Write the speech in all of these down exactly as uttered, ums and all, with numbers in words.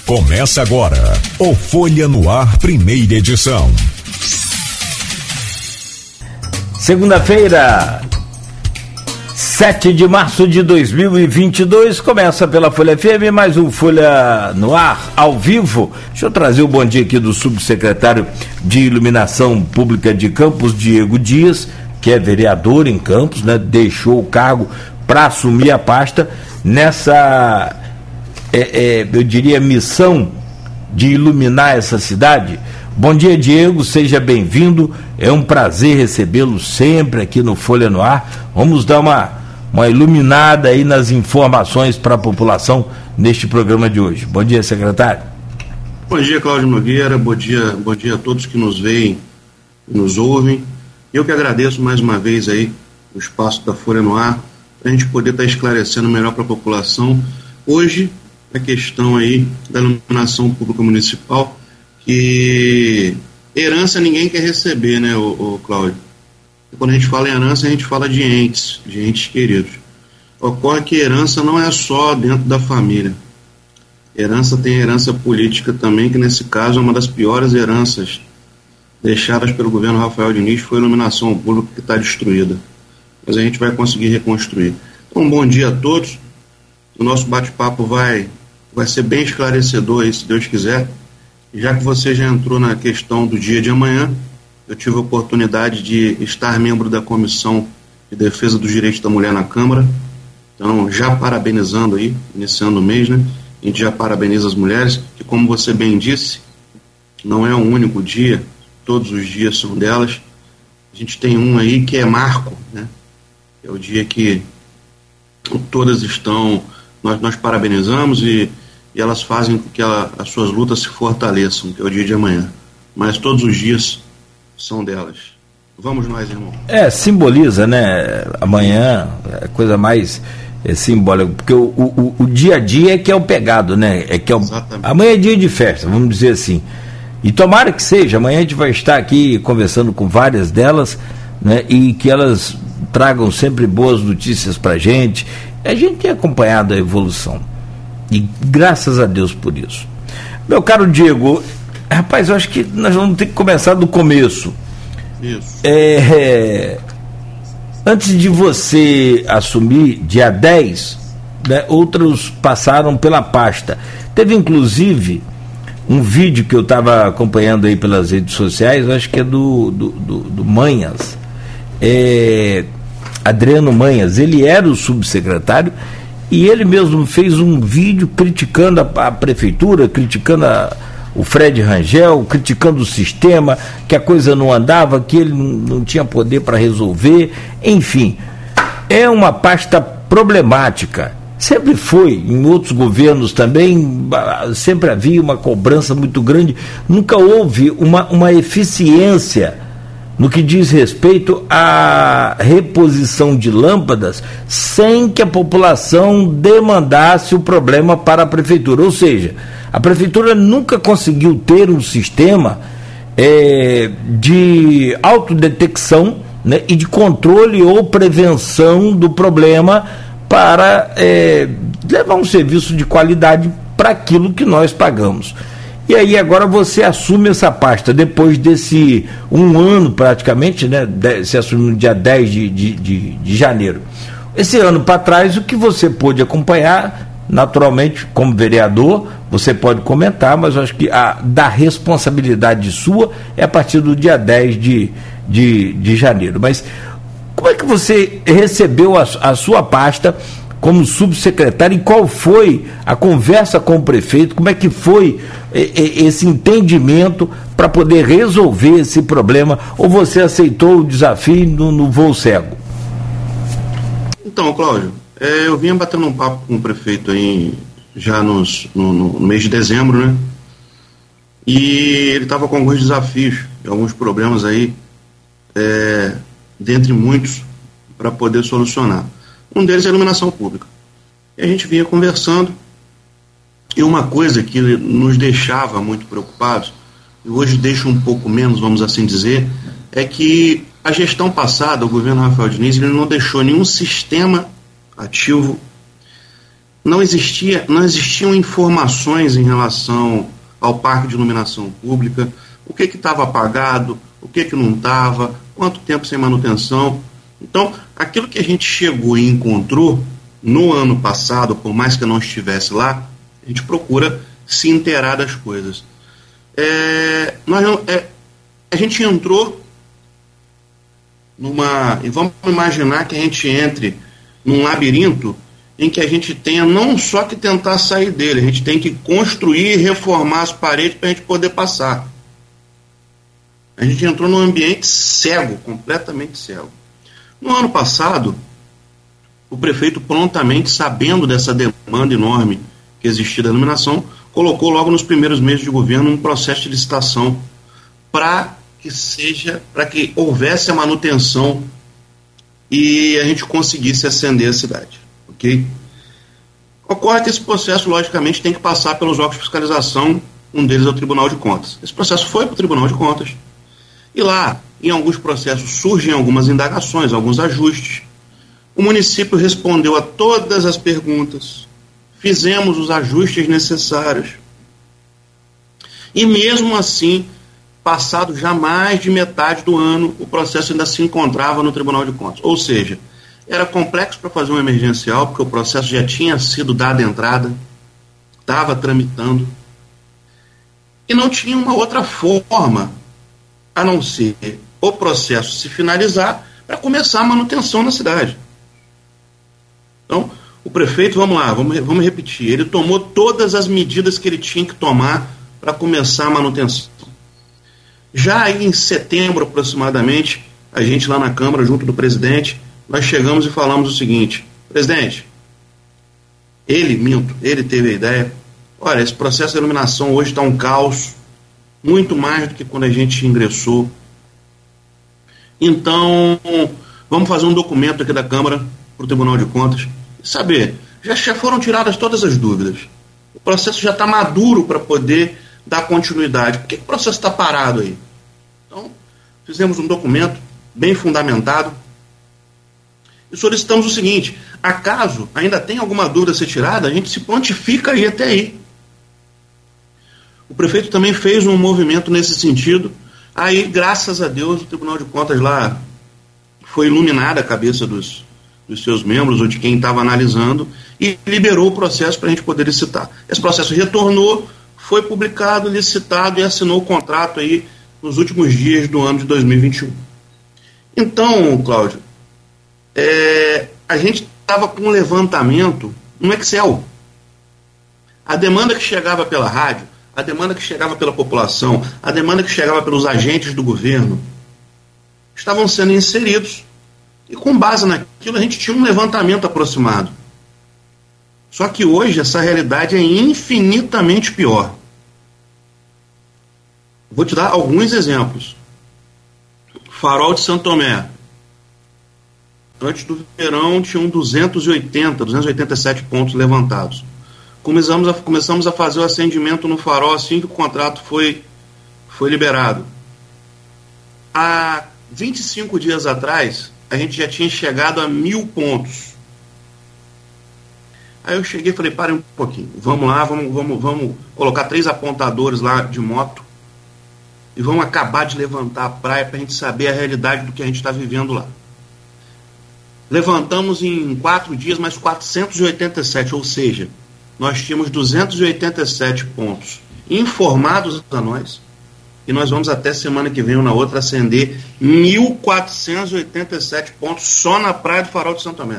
Começa agora o Folha no Ar, primeira edição. Segunda-feira, sete de março de dois mil e vinte e dois, começa pela Folha F M, mais um Folha no Ar, ao vivo. Deixa eu trazer o bom dia aqui do subsecretário de Iluminação Pública de Campos, Diego Dias, que é vereador em Campos, né? Deixou o cargo para assumir a pasta nessa, é, é, eu diria, missão de iluminar essa cidade. Bom dia, Diego, seja bem-vindo, é um prazer recebê-lo sempre aqui no Folha no Ar. Vamos dar uma, uma iluminada aí nas informações para a população neste programa de hoje. Bom dia, secretário. Bom dia, Cláudio Nogueira, bom dia, bom dia a todos que nos veem e nos ouvem. Eu que agradeço mais uma vez aí o espaço da Folha no Ar, para a gente poder estar esclarecendo melhor para a população. Hoje, a questão aí da iluminação pública municipal, que herança ninguém quer receber, né, o, o Cláudio? E quando a gente fala em herança, a gente fala de entes, de entes queridos. Ocorre que herança não é só dentro da família. Herança tem herança política também, que nesse caso é uma das piores heranças deixadas pelo governo Rafael Diniz, foi a iluminação pública que está destruída. Mas a gente vai conseguir reconstruir. Então, bom dia a todos. O nosso bate-papo vai, vai ser bem esclarecedor aí, se Deus quiser. Já que você já entrou na questão do dia de amanhã, eu tive a oportunidade de estar membro da Comissão de Defesa dos Direitos da Mulher na Câmara. Então, já parabenizando aí, iniciando o mês, né? A gente já parabeniza as mulheres, que, como você bem disse, não é um único dia, todos os dias são delas. A gente tem um aí que é marco, né? É o dia que todas estão, nós, nós parabenizamos e, e elas fazem com que ela, as suas lutas se fortaleçam, que é o dia de amanhã. Mas todos os dias são delas. Vamos nós, irmão. É, simboliza, né? Amanhã é a coisa mais é, simbólica, porque o, o, o dia a dia é que é o pegado, né? É que é o, amanhã é dia de festa, vamos dizer assim. E tomara que seja, amanhã a gente vai estar aqui conversando com várias delas, né? E que elas tragam sempre boas notícias pra gente. A gente tem acompanhado a evolução. E graças a Deus por isso. Meu caro Diego, rapaz, eu acho que nós vamos ter que começar do começo. Isso. É, antes de você assumir, dia dez, né, outros passaram pela pasta. Teve inclusive um vídeo que eu estava acompanhando aí pelas redes sociais, acho que é do, do, do, do Manhas, é, Adriano Manhas. Ele era o subsecretário e ele mesmo fez um vídeo criticando a, a prefeitura, criticando a, o Fred Rangel, criticando o sistema, que a coisa não andava, que ele não, não tinha poder para resolver. Enfim, é uma pasta problemática. Sempre foi, em outros governos também, sempre havia uma cobrança muito grande, nunca houve uma, uma eficiência no que diz respeito à reposição de lâmpadas sem que a população demandasse o problema para a prefeitura. Ou seja, a prefeitura nunca conseguiu ter um sistema é, de autodetecção, né, e de controle ou prevenção do problema para é, levar um serviço de qualidade para aquilo que nós pagamos. E aí agora você assume essa pasta, depois desse um ano praticamente, né? Se assume no dia dez de, de, de, de janeiro. Esse ano para trás, o que você pôde acompanhar, naturalmente, como vereador, você pode comentar, mas eu acho que a da responsabilidade sua é a partir do dia dez de, de, de janeiro. Mas como é que você recebeu a, a sua pasta como subsecretário e qual foi a conversa com o prefeito? Como é que foi esse entendimento para poder resolver esse problema? Ou você aceitou o desafio no, no voo cego? Então, Cláudio, é, eu vinha batendo um papo com o prefeito aí já nos, no, no mês de dezembro, né? E ele estava com alguns desafios, alguns problemas aí, é, dentre muitos, para poder solucionar. Um deles é a iluminação pública. E a gente vinha conversando, e uma coisa que nos deixava muito preocupados, e hoje deixa um pouco menos, vamos assim dizer, é que a gestão passada, o governo Rafael Diniz, ele não deixou nenhum sistema ativo não existia, não existiam informações em relação ao parque de iluminação pública, o que que estava apagado, o que que não estava, quanto tempo sem manutenção. Então, aquilo que a gente chegou e encontrou no ano passado, por mais que eu não estivesse lá, a gente procura se inteirar das coisas. É, nós não, é, a gente entrou numa... E vamos imaginar que a gente entre num labirinto em que a gente tenha não só que tentar sair dele, a gente tem que construir e reformar as paredes para a gente poder passar. A gente entrou num ambiente cego, completamente cego. No ano passado, o prefeito prontamente, sabendo dessa demanda enorme que existia da iluminação, colocou logo nos primeiros meses de governo um processo de licitação para que seja, para que houvesse a manutenção e a gente conseguisse acender a cidade. Ok? Ocorre que esse processo, logicamente, tem que passar pelos órgãos de fiscalização, um deles é o Tribunal de Contas. Esse processo foi para o Tribunal de Contas, e lá, em alguns processos, surgem algumas indagações, alguns ajustes. O município respondeu a todas as perguntas, fizemos os ajustes necessários, e mesmo assim, passado já mais de metade do ano, o processo ainda se encontrava no Tribunal de Contas. Ou seja, era complexo para fazer um emergencial, porque o processo já tinha sido dado entrada, estava tramitando, e não tinha uma outra forma, a não ser o processo se finalizar, para começar a manutenção na cidade. Então, o prefeito, vamos lá, vamos, vamos repetir, ele tomou todas as medidas que ele tinha que tomar para começar a manutenção. Já aí em setembro, aproximadamente, a gente lá na Câmara, junto do presidente, nós chegamos e falamos o seguinte: presidente, ele, minto, ele teve a ideia, olha, esse processo de iluminação hoje está um caos, muito mais do que quando a gente ingressou. Então, vamos fazer um documento aqui da Câmara para o Tribunal de Contas e saber, já, já foram tiradas todas as dúvidas, o processo já está maduro para poder dar continuidade. Por que, que o processo está parado aí? Então, fizemos um documento bem fundamentado e solicitamos o seguinte: acaso ainda tem alguma dúvida a ser tirada, a gente se prontifica aí até aí. O prefeito também fez um movimento nesse sentido. Aí, graças a Deus, o Tribunal de Contas lá foi iluminada a cabeça dos, dos seus membros ou de quem estava analisando e liberou o processo para a gente poder licitar. Esse processo retornou, foi publicado, licitado e assinou o contrato aí nos últimos dias do ano de dois mil e vinte e um. Então, Cláudio, é, a gente estava com um levantamento no Excel. A demanda que chegava pela rádio, a demanda que chegava pela população, a demanda que chegava pelos agentes do governo, estavam sendo inseridos. E com base naquilo a gente tinha um levantamento aproximado. Só que hoje essa realidade é infinitamente pior. Vou te dar alguns exemplos. Farol de Santo Tomé. Antes do verão tinham duzentos e oitenta, duzentos e oitenta e sete pontos levantados. Começamos a, começamos a fazer o acendimento no farol assim que o contrato foi, foi liberado. Há vinte e cinco dias atrás, a gente já tinha chegado a mil pontos. Aí eu cheguei e falei, parem um pouquinho, vamos lá, vamos, vamos, vamos colocar três apontadores lá de moto e vamos acabar de levantar a praia para a gente saber a realidade do que a gente está vivendo lá. Levantamos em quatro dias mais quatrocentos e oitenta e sete, ou seja, nós tínhamos duzentos e oitenta e sete pontos informados a nós, e nós vamos até semana que vem ou na outra acender mil quatrocentos e oitenta e sete pontos só na praia do Farol de Santo Tomé.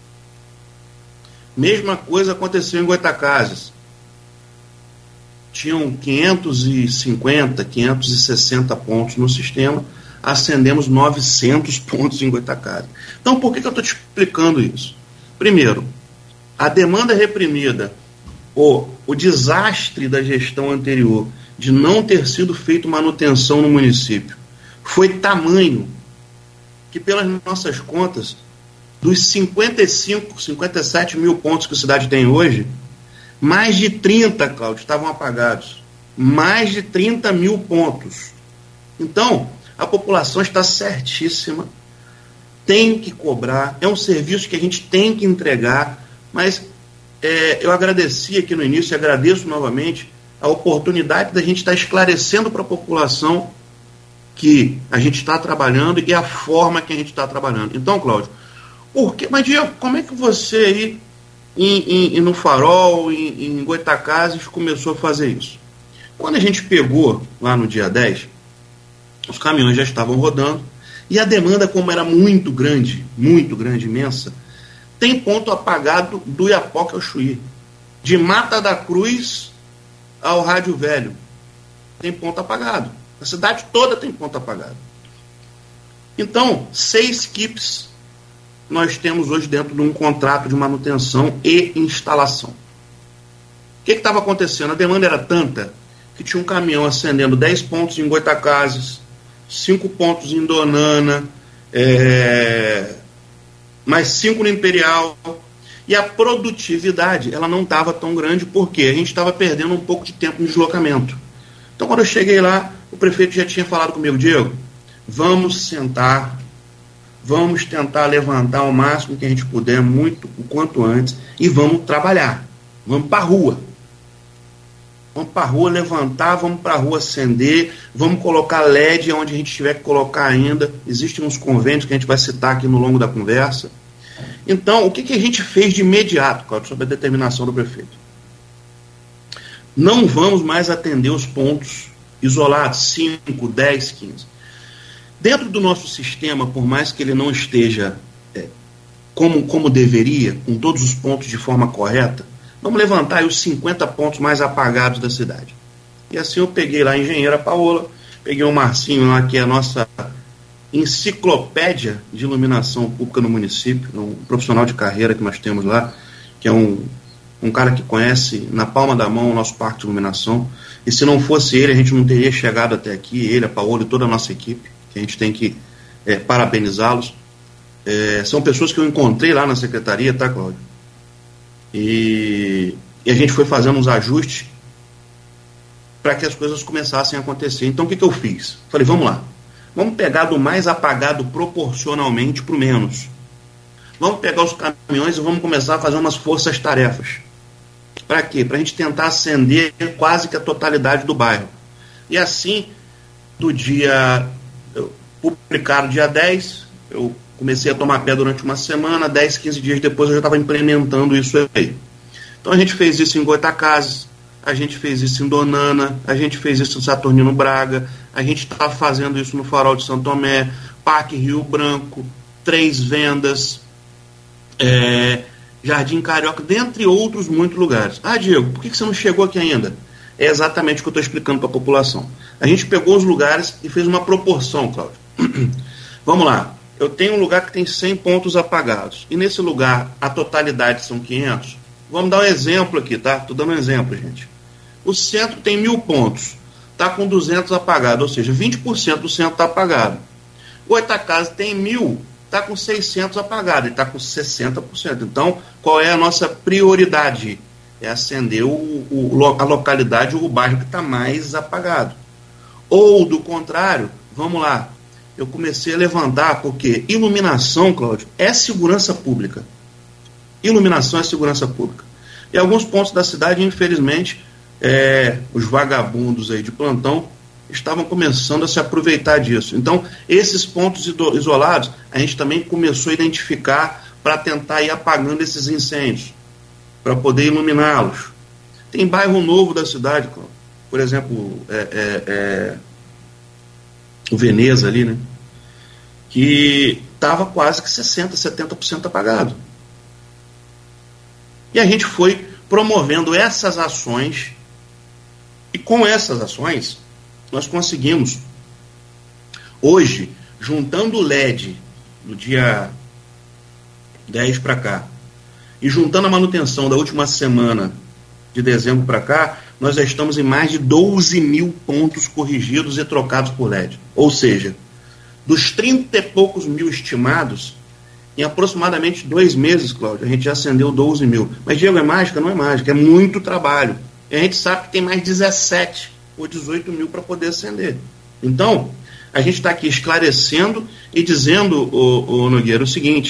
Mesma coisa aconteceu em Goitacazes. Tinham quinhentos e cinquenta, quinhentos e sessenta pontos no sistema, acendemos novecentos pontos em Goitacazes. Então, por que, que eu estou te explicando isso? Primeiro, a demanda reprimida, o, o desastre da gestão anterior de não ter sido feito manutenção no município foi tamanho que, pelas nossas contas, dos cinquenta e cinco, cinquenta e sete mil pontos que a cidade tem hoje, mais de trinta, Cláudio, estavam apagados. Mais de trinta mil pontos. Então, a população está certíssima, tem que cobrar, é um serviço que a gente tem que entregar, mas é, eu agradeci aqui no início, e agradeço novamente a oportunidade da gente estar esclarecendo para a população que a gente está trabalhando e a forma que a gente está trabalhando. Então, Cláudio, por que, mas Diego, como é que você aí em, em, no Farol, em, em Goitacazes, começou a fazer isso? Quando a gente pegou lá no dia dez, os caminhões já estavam rodando e a demanda, como era muito grande, muito grande, imensa, tem ponto apagado do Iapoca ao Chuí, de Mata da Cruz ao Rádio Velho, tem ponto apagado. A cidade toda tem ponto apagado. Então, seis equipes nós temos hoje dentro de um contrato de manutenção e instalação. O que estava acontecendo? A demanda era tanta que tinha um caminhão acendendo dez pontos em Goitacazes, cinco pontos em Donana, é, mais cinco no Imperial, e a produtividade ela não estava tão grande porque a gente estava perdendo um pouco de tempo no deslocamento. Então, quando eu cheguei lá, o prefeito já tinha falado comigo: Diego, vamos sentar, vamos tentar levantar o máximo que a gente puder, muito o quanto antes, e vamos trabalhar, vamos para a rua. Vamos para a rua levantar, vamos para a rua acender, vamos colocar L E D onde a gente tiver que colocar ainda. Existem uns convênios que a gente vai citar aqui no longo da conversa. Então, o que, que a gente fez de imediato, Cláudio, sobre a determinação do prefeito? Não vamos mais atender os pontos isolados, cinco, dez, quinze. Dentro do nosso sistema, por mais que ele não esteja é, como, como deveria, com todos os pontos de forma correta, vamos levantar aí os cinquenta pontos mais apagados da cidade. E assim eu peguei lá a engenheira Paola, peguei o Marcinho lá, que é a nossa enciclopédia de iluminação pública no município, um profissional de carreira que nós temos lá, que é um, um cara que conhece na palma da mão o nosso parque de iluminação. E se não fosse ele, a gente não teria chegado até aqui, ele, a Paola e toda a nossa equipe, que a gente tem que é, parabenizá-los. É, são pessoas que eu encontrei lá na secretaria, tá, Cláudio? E, e a gente foi fazendo uns ajustes para que as coisas começassem a acontecer. Então, o que, que eu fiz? Falei, vamos lá. Vamos pegar do mais apagado proporcionalmente para o menos. Vamos pegar os caminhões e vamos começar a fazer umas forças-tarefas. Para quê? Para a gente tentar acender quase que a totalidade do bairro. E assim, do dia... publicado dia dez, eu comecei a tomar pé durante uma semana, dez, quinze dias depois eu já estava implementando isso aí. Então a gente fez isso em Goitacazes, a gente fez isso em Donana, a gente fez isso em Saturnino Braga, a gente está fazendo isso no Farol de Santo Tomé, Parque Rio Branco, Três Vendas, é, Jardim Carioca, dentre outros muitos lugares. Ah, Diego, por que você não chegou aqui ainda? É exatamente o que eu estou explicando para a população. A gente pegou os lugares e fez uma proporção, Cláudio. Vamos lá. Eu tenho um lugar que tem cem pontos apagados. E nesse lugar, a totalidade são quinhentos. Vamos dar um exemplo aqui, tá? Estou dando um exemplo, gente. O centro tem mil pontos. Está com duzentos apagados. Ou seja, vinte por cento do centro está apagado. O Goitacazes tem mil. Está com seiscentos apagados. E está com sessenta por cento. Então, qual é a nossa prioridade? É acender o, o, a localidade ou o bairro que está mais apagado. Ou, do contrário, vamos lá, eu comecei a levantar, porque iluminação, Cláudio, é segurança pública. Iluminação é segurança pública. E alguns pontos da cidade, infelizmente, é, os vagabundos aí de plantão estavam começando a se aproveitar disso. Então, esses pontos isolados, a gente também começou a identificar para tentar ir apagando esses incêndios, para poder iluminá-los. Tem bairro novo da cidade, Cláudio. Por exemplo, é, é, é, o Veneza ali, né? Que estava quase que sessenta por cento, setenta por cento apagado. E a gente foi promovendo essas ações, e com essas ações, nós conseguimos, hoje, juntando o L E D do dia dez para cá, e juntando a manutenção da última semana de dezembro para cá, nós já estamos em mais de doze mil pontos corrigidos e trocados por L E D. Ou seja, dos trinta e poucos mil estimados, em aproximadamente dois meses, Cláudio, a gente já acendeu doze mil. Mas, Diego, é mágica? Não é mágica, é muito trabalho. E a gente sabe que tem mais dezessete ou dezoito mil para poder acender. Então, a gente está aqui esclarecendo e dizendo, ô, ô, Nogueira, o seguinte: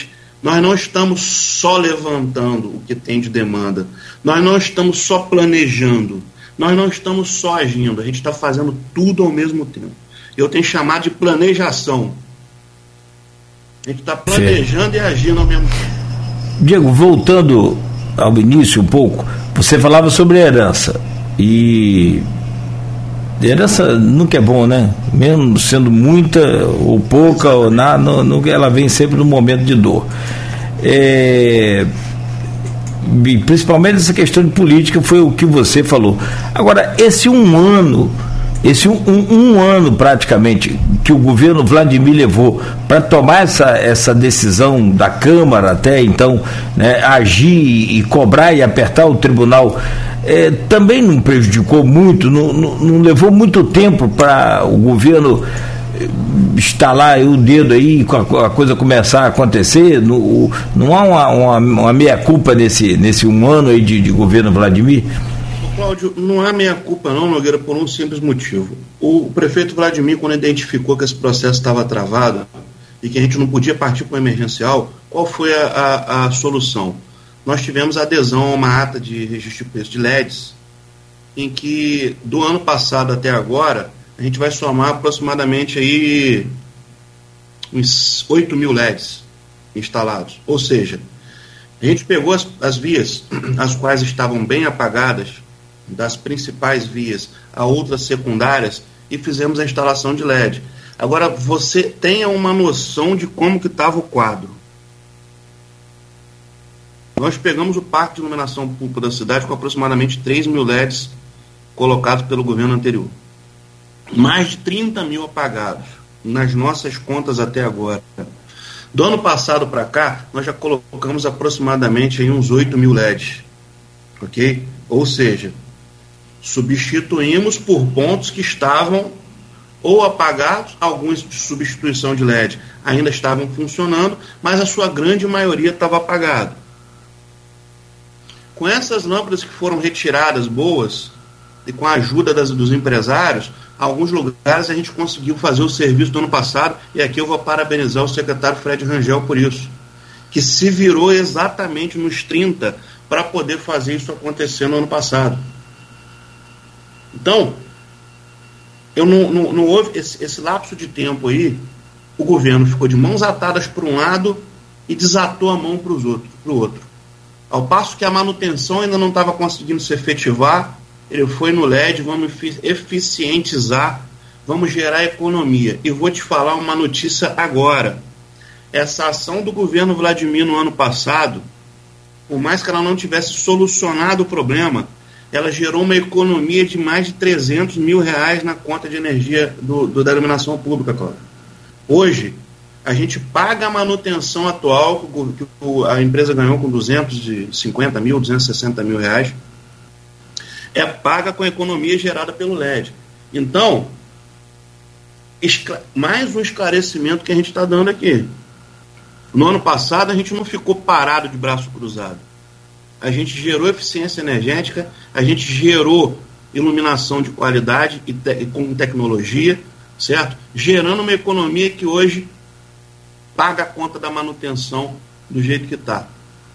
Nós não estamos só levantando o que tem de demanda, nós não estamos só planejando, nós não estamos só agindo, a gente está fazendo tudo ao mesmo tempo. Eu tenho chamado de planejação. A gente está planejando Sim. e agindo ao mesmo tempo. Diego, voltando ao início um pouco, você falava sobre herança, e herança nunca é bom, né? Mesmo sendo muita ou pouca ou nada, não, ela vem sempre no momento de dor. É, principalmente essa questão de política foi o que você falou. Agora, esse um ano, esse um, um, um ano praticamente que o governo Vladimir levou para tomar essa, essa decisão da Câmara até então, né, agir e cobrar e apertar o tribunal, é, também não prejudicou muito, não, não, não levou muito tempo para o governo estalar o dedo aí, a coisa começar a acontecer. Não, não há uma, uma, uma meia-culpa nesse, nesse um ano aí de, de governo Vladimir? Cláudio, não há meia-culpa não, Nogueira, por um simples motivo. O prefeito Vladimir, quando identificou que esse processo estava travado e que a gente não podia partir para o emergencial, qual foi a, a, a solução? Nós tivemos adesão a uma ata de registro de preço de L E Ds, em que do ano passado até agora a gente vai somar aproximadamente aí uns oito mil L E Ds instalados. Ou seja, a gente pegou as, as vias, as quais estavam bem apagadas, das principais vias a outras secundárias, e fizemos a instalação de L E D. Agora, você tenha uma noção de como que estava o quadro. Nós pegamos o parque de iluminação pública da cidade com aproximadamente três mil L E Ds colocados pelo governo anterior. Mais de trinta mil apagados nas nossas contas até agora. Do ano passado para cá, nós já colocamos aproximadamente aí uns oito mil L E Ds. Ok? Ou seja, substituímos por pontos que estavam ou apagados, alguns de substituição de L E D ainda estavam funcionando, mas a sua grande maioria estava apagado. Com essas lâmpadas que foram retiradas boas, e com a ajuda das, dos empresários, alguns lugares a gente conseguiu fazer o serviço do ano passado, e aqui eu vou parabenizar o secretário Fred Rangel por isso, que se virou exatamente nos trinta para poder fazer isso acontecer no ano passado. Então, eu não, não, não houve esse, esse lapso de tempo aí, o governo ficou de mãos atadas para um lado e desatou a mão para o outro. Ao passo que a manutenção ainda não estava conseguindo se efetivar, ele foi no L E D, vamos eficientizar, vamos gerar economia. E vou te falar uma notícia agora. Essa ação do governo Vladimir no ano passado, por mais que ela não tivesse solucionado o problema, ela gerou uma economia de mais de trezentos mil reais na conta de energia do, do, da iluminação pública, Cláudio. Hoje, a gente paga a manutenção atual que a empresa ganhou com duzentos e cinquenta mil, duzentos e sessenta mil reais, é paga com a economia gerada pelo L E D. Então, mais um esclarecimento que a gente está dando aqui. No ano passado, a gente não ficou parado de braço cruzado. A gente gerou eficiência energética, a gente gerou iluminação de qualidade e, te, e com tecnologia, certo? Gerando uma economia que hoje paga a conta da manutenção do jeito que está.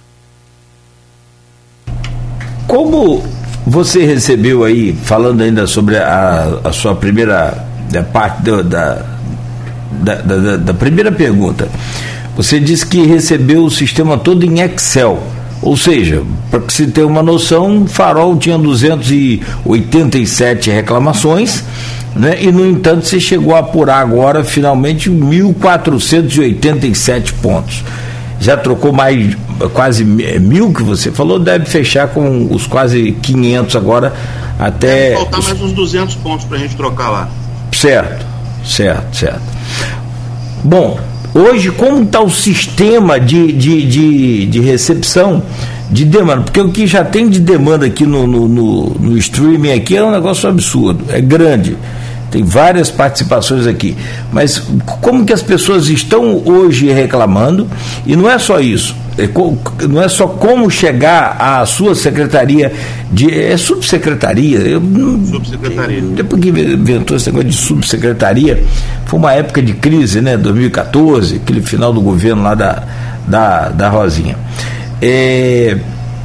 Como você recebeu aí, falando ainda sobre a, a sua primeira a parte do, da, da, da, da primeira pergunta, você disse que recebeu o sistema todo em Excel, ou seja, para que se ter uma noção, o Farol tinha duzentas e oitenta e sete reclamações, né? E no entanto você chegou a apurar agora finalmente mil quatrocentos e oitenta e sete pontos. Já trocou mais quase mil que você falou, deve fechar com os quase quinhentos agora até... Deve faltar mais uns duzentos pontos para a gente trocar lá. Certo, certo, certo. Bom, hoje como está o sistema de, de, de, de recepção de demanda? Porque o que já tem de demanda aqui no, no, no, no streaming aqui é um negócio absurdo, é grande. Tem várias participações aqui, mas como que as pessoas estão hoje reclamando? E não é só isso, é co, não é só como chegar à sua secretaria de, é subsecretaria, eu, subsecretaria. Depois que inventou esse negócio de subsecretaria, foi uma época de crise, né, dois mil e quatorze, aquele final do governo lá da, da, da Rosinha. É,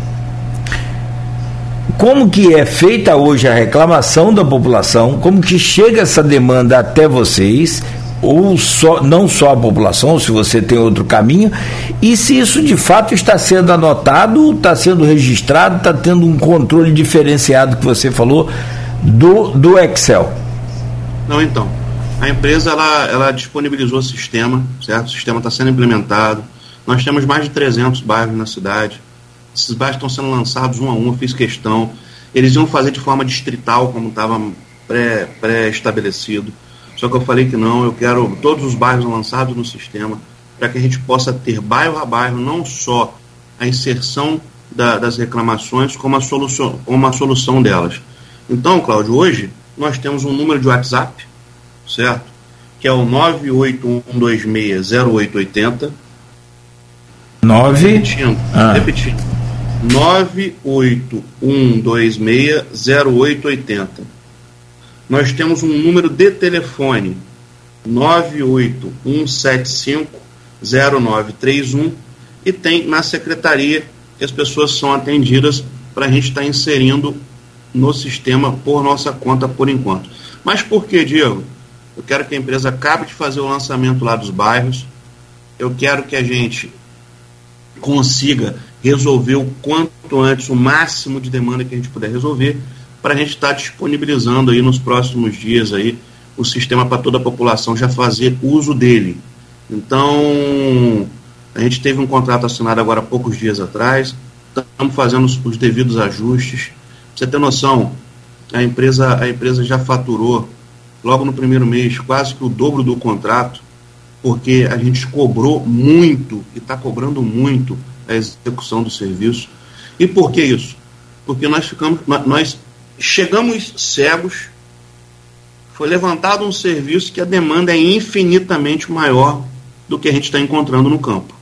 como que é feita hoje a reclamação da população, como que chega essa demanda até vocês, ou só, não só a população, se você tem outro caminho, e se isso de fato está sendo anotado, está sendo registrado, está tendo um controle diferenciado que você falou do, do Excel. Não, então, a empresa ela, ela disponibilizou o sistema, certo? O sistema está sendo implementado, nós temos mais de trezentos bairros na cidade, esses bairros estão sendo lançados um a um, eu fiz questão, eles iam fazer de forma distrital, como estava pré, pré-estabelecido, só que eu falei que não, eu quero todos os bairros lançados no sistema, para que a gente possa ter bairro a bairro, não só a inserção da, das reclamações, como a, solução, como a solução delas. Então, Cláudio, hoje nós temos um número de WhatsApp, certo? Que é o nove oito um dois seis zero oito oito zero. nove Repetindo, ah. repetindo. nove oito um dois seis zero oito oito zero. Nós temos um número de telefone nove oito um sete cinco zero nove três um e tem na secretaria que as pessoas são atendidas para a gente estar tá inserindo no sistema por nossa conta por enquanto. Mas por que, Diego? Eu quero que a empresa acabe de fazer o lançamento lá dos bairros, eu quero que a gente consiga resolver o quanto antes o máximo de demanda que a gente puder resolver, para a gente estar tá disponibilizando aí nos próximos dias aí o sistema para toda a população já fazer uso dele. Então, a gente teve um contrato assinado agora há poucos dias atrás, estamos fazendo os, os devidos ajustes. Pra você ter noção, a empresa, a empresa já faturou logo no primeiro mês quase que o dobro do contrato, porque a gente cobrou muito e está cobrando muito a execução do serviço. E por que isso? Porque nós ficamos, nós chegamos cegos, foi levantado um serviço que a demanda é infinitamente maior do que a gente está encontrando no campo.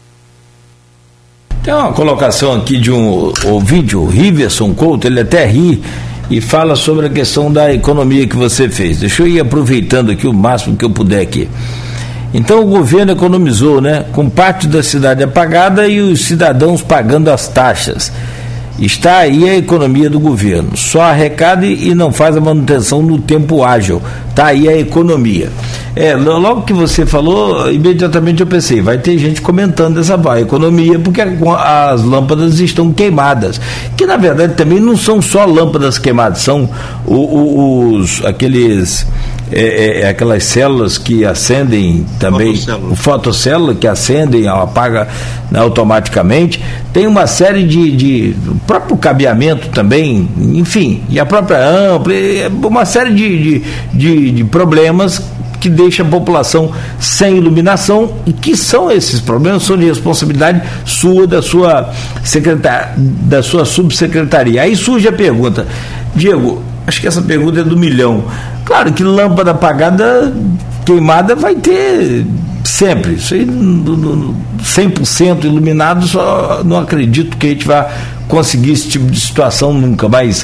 Tem uma colocação aqui de um ouvinte, o Riverson Couto, ele até ri e fala sobre a questão da economia que você fez. Deixa eu ir aproveitando aqui o máximo que eu puder aqui. Então o governo economizou, né? Com parte da cidade apagada e os cidadãos pagando as taxas. Está aí a economia do governo. Só arrecada e não faz a manutenção no tempo ágil. Está aí a economia. É, logo que você falou, imediatamente eu pensei, vai ter gente comentando essa a economia, porque as lâmpadas estão queimadas. Que na verdade também não são só lâmpadas queimadas, são os, aqueles... É, é, aquelas células que acendem também, o fotocélula que acendem, apaga, né, automaticamente. Tem uma série de, de o próprio cabeamento também, enfim, e a própria ampla, uma série de, de, de, de problemas que deixa a população sem iluminação, e que são esses problemas, são de responsabilidade sua, da sua secretar, da sua subsecretaria. Aí surge a pergunta, Diego, acho que essa pergunta é do milhão. Claro que lâmpada apagada, queimada, vai ter sempre. Isso aí, cem por cento iluminado, só não acredito que a gente vá conseguir esse tipo de situação nunca. Mas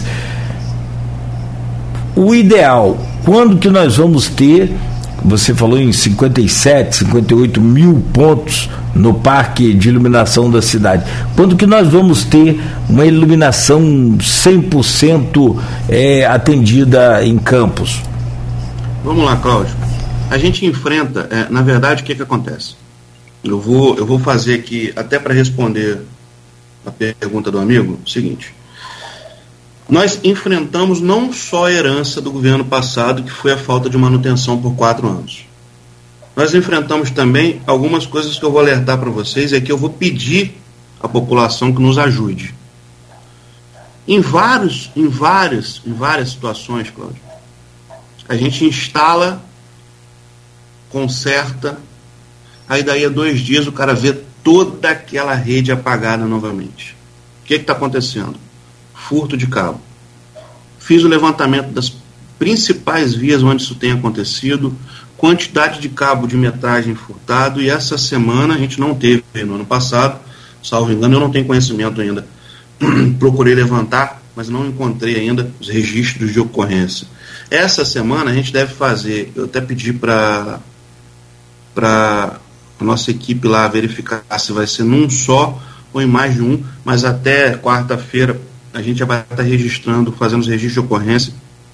o ideal, quando que nós vamos ter, você falou em cinquenta e sete, cinquenta e oito mil pontos no parque de iluminação da cidade. Quando que nós vamos ter uma iluminação cem por cento é, atendida em Campos? Vamos lá, Cláudio. A gente enfrenta, é, na verdade, o que que acontece? Eu vou, eu vou fazer aqui, até para responder a pergunta do amigo, o seguinte. Nós enfrentamos não só a herança do governo passado, que foi a falta de manutenção por quatro anos. Nós enfrentamos também algumas coisas que eu vou alertar para vocês, é que eu vou pedir à população que nos ajude. Em vários, em várias, em várias situações, Cláudio, a gente instala, conserta, aí daí a dois dias o cara vê toda aquela rede apagada novamente. O que está acontecendo? Furto de cabo. Fiz o levantamento das principais vias onde isso tem acontecido, quantidade de cabo de metragem furtado, e essa semana a gente não teve, no ano passado, salvo engano, eu não tenho conhecimento ainda, procurei levantar, mas não encontrei ainda os registros de ocorrência. Essa semana a gente deve fazer, eu até pedi para para a nossa equipe lá verificar se vai ser num só ou em mais de um, mas até quarta-feira a gente já vai estar registrando, fazendo os registros de ocorrência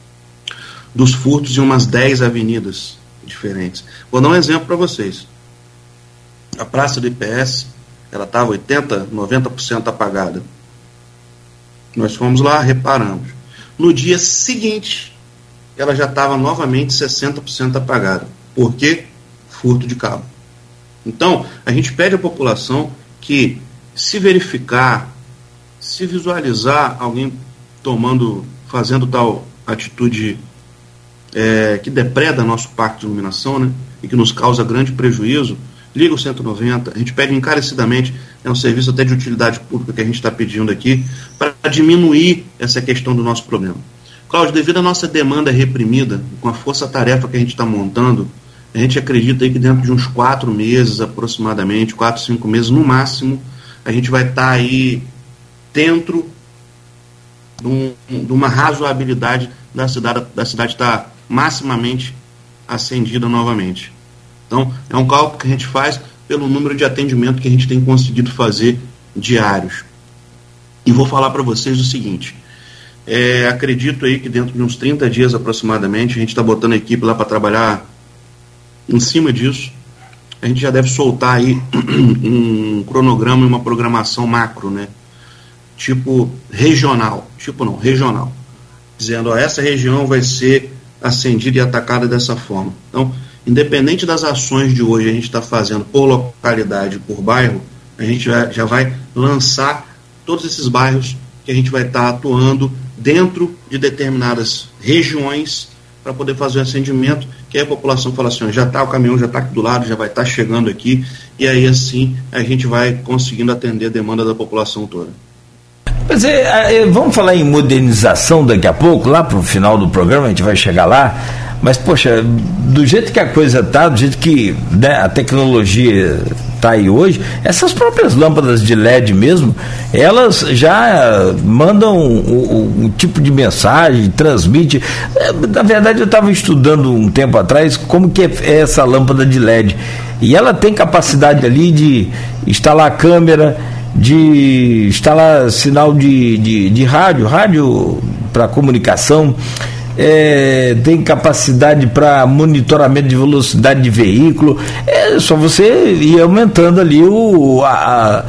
dos furtos em umas dez avenidas diferentes. Vou dar um exemplo para vocês. A praça do I P S, ela estava oitenta por cento, noventa por cento apagada. Nós fomos lá, reparamos. No dia seguinte, ela já estava novamente sessenta por cento apagada. Por quê? Furto de cabo. Então, a gente pede à população que, se verificar, se visualizar alguém tomando, fazendo tal atitude é, que depreda nosso parque de iluminação, né, e que nos causa grande prejuízo, liga o cento e noventa. A gente pede encarecidamente, é um serviço até de utilidade pública que a gente está pedindo aqui, para diminuir essa questão do nosso problema. Cláudio, devido à nossa demanda reprimida, com a força-tarefa que a gente está montando, a gente acredita aí que dentro de uns quatro meses aproximadamente, quatro, cinco meses no máximo, a gente vai estar tá aí dentro de, um, de uma razoabilidade da cidade, da cidade estar maximamente acendida novamente. Então, é um cálculo que a gente faz pelo número de atendimento que a gente tem conseguido fazer diários. E vou falar para vocês o seguinte, é, acredito aí que dentro de uns trinta dias aproximadamente, a gente está botando a equipe lá para trabalhar em cima disso. A gente já deve soltar aí um cronograma e uma programação macro, né? Tipo regional, tipo não, regional. Dizendo, ó, essa região vai ser acendida e atacada dessa forma. Então, independente das ações de hoje a gente está fazendo por localidade, por bairro, a gente já, já vai lançar todos esses bairros que a gente vai estar tá atuando dentro de determinadas regiões para poder fazer o acendimento, que aí a população fala assim, ó, já está o caminhão, já está aqui do lado, já vai estar tá chegando aqui, e aí assim a gente vai conseguindo atender a demanda da população toda. Mas é, vamos falar em modernização daqui a pouco, lá para o final do programa, a gente vai chegar lá. Mas, poxa, do jeito que a coisa está, do jeito que, né, a tecnologia está aí hoje, essas próprias lâmpadas de L E D mesmo, elas já mandam um, um tipo de mensagem, transmite. Na verdade, eu estava estudando um tempo atrás como que é essa lâmpada de L E D. E ela tem capacidade ali de instalar câmera, de instalar sinal de, de, de rádio, rádio para comunicação. É, tem capacidade para monitoramento de velocidade de veículo. É só você ir aumentando ali o, a,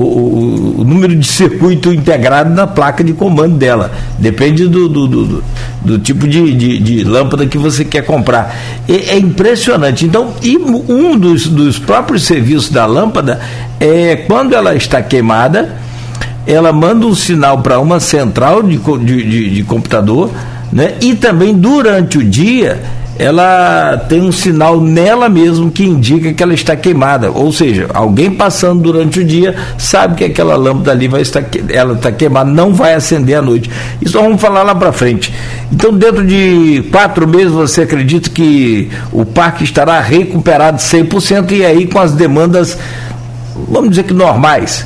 o, o número de circuito integrado na placa de comando dela. Depende do, do, do, do tipo de, de, de lâmpada que você quer comprar. É, é impressionante. Então, e um dos, dos próprios serviços da lâmpada é quando ela está queimada, ela manda um sinal para uma central de, de, de, de computador, né? E também durante o dia ela tem um sinal nela mesmo que indica que ela está queimada, ou seja, alguém passando durante o dia sabe que aquela lâmpada ali vai estar, ela está queimada, não vai acender à noite. Isso nós vamos falar lá para frente. Então, dentro de quatro meses você acredita que o parque estará recuperado cem por cento e aí com as demandas, vamos dizer que normais?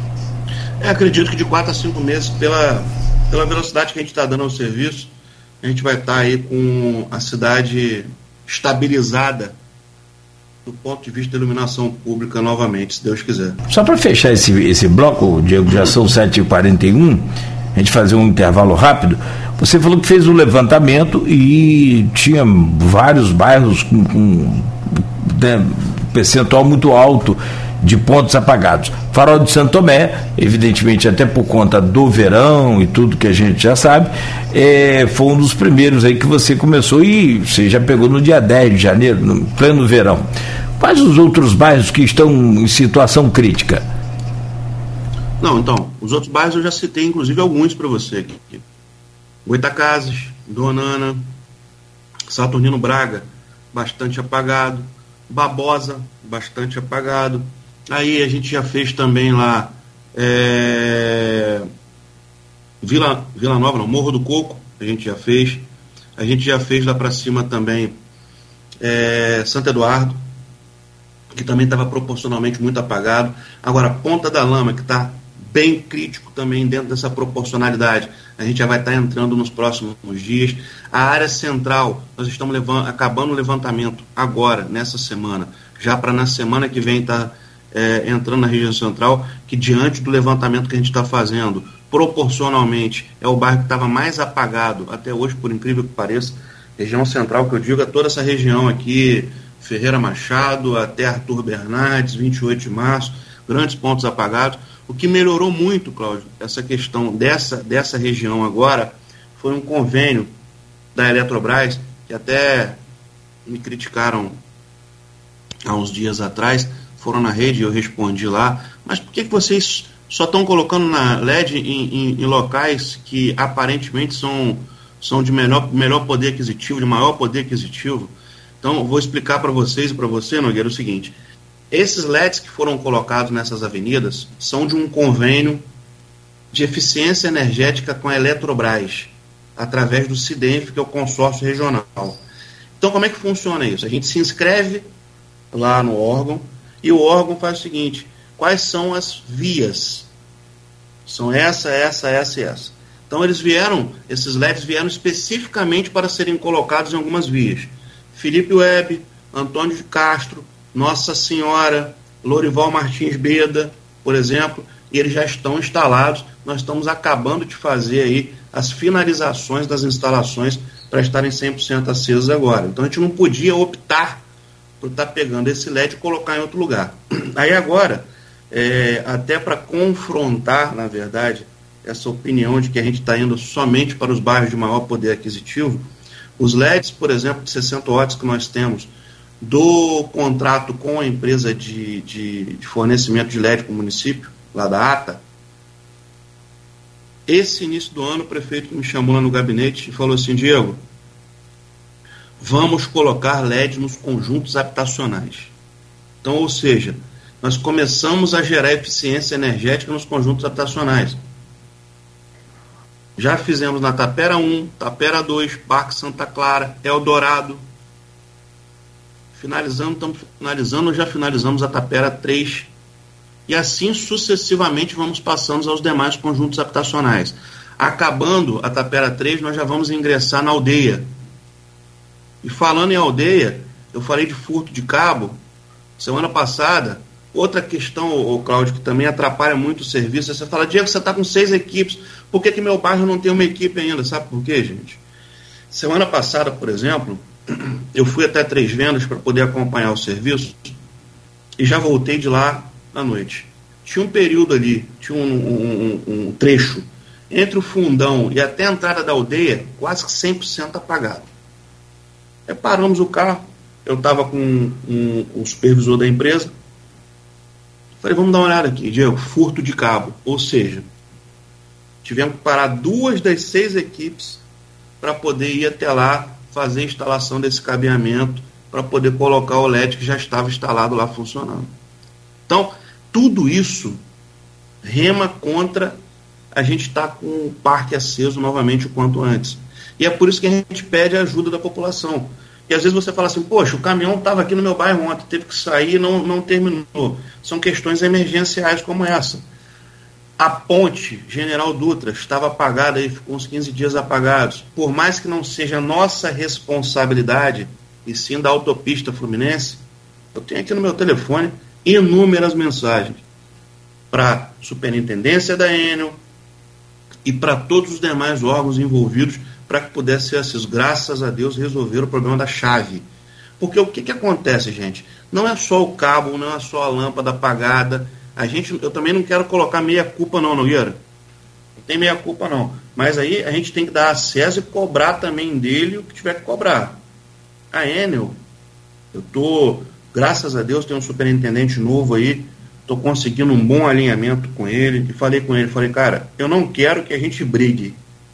É, acredito que de quatro a cinco meses, pela, pela velocidade que a gente está dando ao serviço, a gente vai estar aí com a cidade estabilizada do ponto de vista da iluminação pública novamente, se Deus quiser. Só para fechar esse, esse bloco, Diego, já são sete e quarenta e um, a gente fazer um intervalo rápido. Você falou que fez um levantamento e tinha vários bairros com, com né, percentual muito alto de pontos apagados. Farol de Santo Tomé, evidentemente até por conta do verão e tudo que a gente já sabe, é, foi um dos primeiros aí que você começou e você já pegou no dia dez de janeiro, no pleno verão. Quais os outros bairros que estão em situação crítica? Não, então, os outros bairros eu já citei, inclusive alguns para você aqui. Goitacazes, Dona Ana, Saturnino Braga, bastante apagado, Babosa, bastante apagado. Aí a gente já fez também lá é, Vila, Vila Nova, não, Morro do Coco, a gente já fez. A gente já fez lá para cima também é, Santo Eduardo, que também estava proporcionalmente muito apagado. Agora, Ponta da Lama, que está bem crítico também dentro dessa proporcionalidade, a gente já vai estar entrando nos próximos dias. A área central, nós estamos levando, acabando o levantamento agora, nessa semana, já para na semana que vem estar tá, é, entrando na região central, que diante do levantamento que a gente está fazendo, proporcionalmente, é o bairro que estava mais apagado até hoje, por incrível que pareça. Região central, que eu digo, é toda essa região aqui, Ferreira Machado, até Arthur Bernardes, vinte e oito de março, grandes pontos apagados. O que melhorou muito, Cláudio, essa questão dessa, dessa região agora, foi um convênio da Eletrobras, que até me criticaram há uns dias atrás, foram na rede e eu respondi lá, mas por que, que vocês só estão colocando na L E D em, em, em locais que aparentemente são, são de melhor, melhor poder aquisitivo, de maior poder aquisitivo? Então, eu vou explicar para vocês e para você, Nogueira, o seguinte: esses L E Ds que foram colocados nessas avenidas são de um convênio de eficiência energética com a Eletrobras, através do CIDENF, que é o consórcio regional. Então, como é que funciona isso? A gente se inscreve lá no órgão e o órgão faz o seguinte: quais são as vias? São essa, essa, essa e essa. Então, eles vieram, esses L E Ds vieram especificamente para serem colocados em algumas vias. Felipe Web, Antônio de Castro, Nossa Senhora, Lorival Martins Beda, por exemplo, e eles já estão instalados. Nós estamos acabando de fazer aí as finalizações das instalações para estarem cem por cento acesas agora. Então a gente não podia optar por estar pegando esse L E D e colocar em outro lugar. Aí agora, é, até para confrontar, na verdade, essa opinião de que a gente está indo somente para os bairros de maior poder aquisitivo, os L E Ds, por exemplo, de sessenta watts que nós temos do contrato com a empresa de, de, de fornecimento de L E D para o município, lá da ATA, esse início do ano o prefeito me chamou lá no gabinete e falou assim: Diego, vamos colocar L E D nos conjuntos habitacionais. Então, ou seja, nós começamos a gerar eficiência energética nos conjuntos habitacionais. Já fizemos na Tapera um, Tapera dois, Parque Santa Clara, Eldorado. Finalizando, estamos finalizando, já finalizamos a Tapera três. E assim sucessivamente vamos passando aos demais conjuntos habitacionais. Acabando a Tapera três, nós já vamos ingressar na aldeia. E falando em aldeia, eu falei de furto de cabo. Semana passada, outra questão, ô, Cláudio, que também atrapalha muito o serviço, é você fala: Diego, você está com seis equipes, por que, que meu bairro não tem uma equipe ainda? Sabe por quê, gente? Semana passada, por exemplo, eu fui até Três Vendas para poder acompanhar o serviço e já voltei de lá à noite. Tinha um período ali, tinha um, um, um, um trecho entre o fundão e até a entrada da aldeia, quase que cem por cento apagado. Aí paramos o carro, eu estava com um, um, um supervisor da empresa, falei: vamos dar uma olhada aqui, Diego, furto de cabo, ou seja, tivemos que parar duas das seis equipes para poder ir até lá fazer a instalação desse cabeamento, para poder colocar o L E D que já estava instalado lá funcionando. Então, tudo isso rema contra a gente estar tá com o parque aceso novamente o quanto antes. E é por isso que a gente pede a ajuda da população. E às vezes você fala assim: poxa, o caminhão estava aqui no meu bairro ontem, teve que sair e não, não terminou. São questões emergenciais como essa. A ponte General Dutra estava apagada, e ficou uns quinze dias apagados. Por mais que não seja nossa responsabilidade, e sim da autopista Fluminense, eu tenho aqui no meu telefone inúmeras mensagens para a superintendência da Enel e para todos os demais órgãos envolvidos, para que pudesse ser assim, graças a Deus, resolver o problema da chave. Porque o que, que acontece, gente? Não é só o cabo, não é só a lâmpada apagada. A gente, eu também não quero colocar meia culpa não, Nogueira. Não tem meia culpa não. Mas aí a gente tem que dar acesso e cobrar também dele o que tiver que cobrar. A Enel, eu estou, graças a Deus, tem um superintendente novo aí, estou conseguindo um bom alinhamento com ele, e falei com ele, falei: cara, eu não quero que a gente brigue.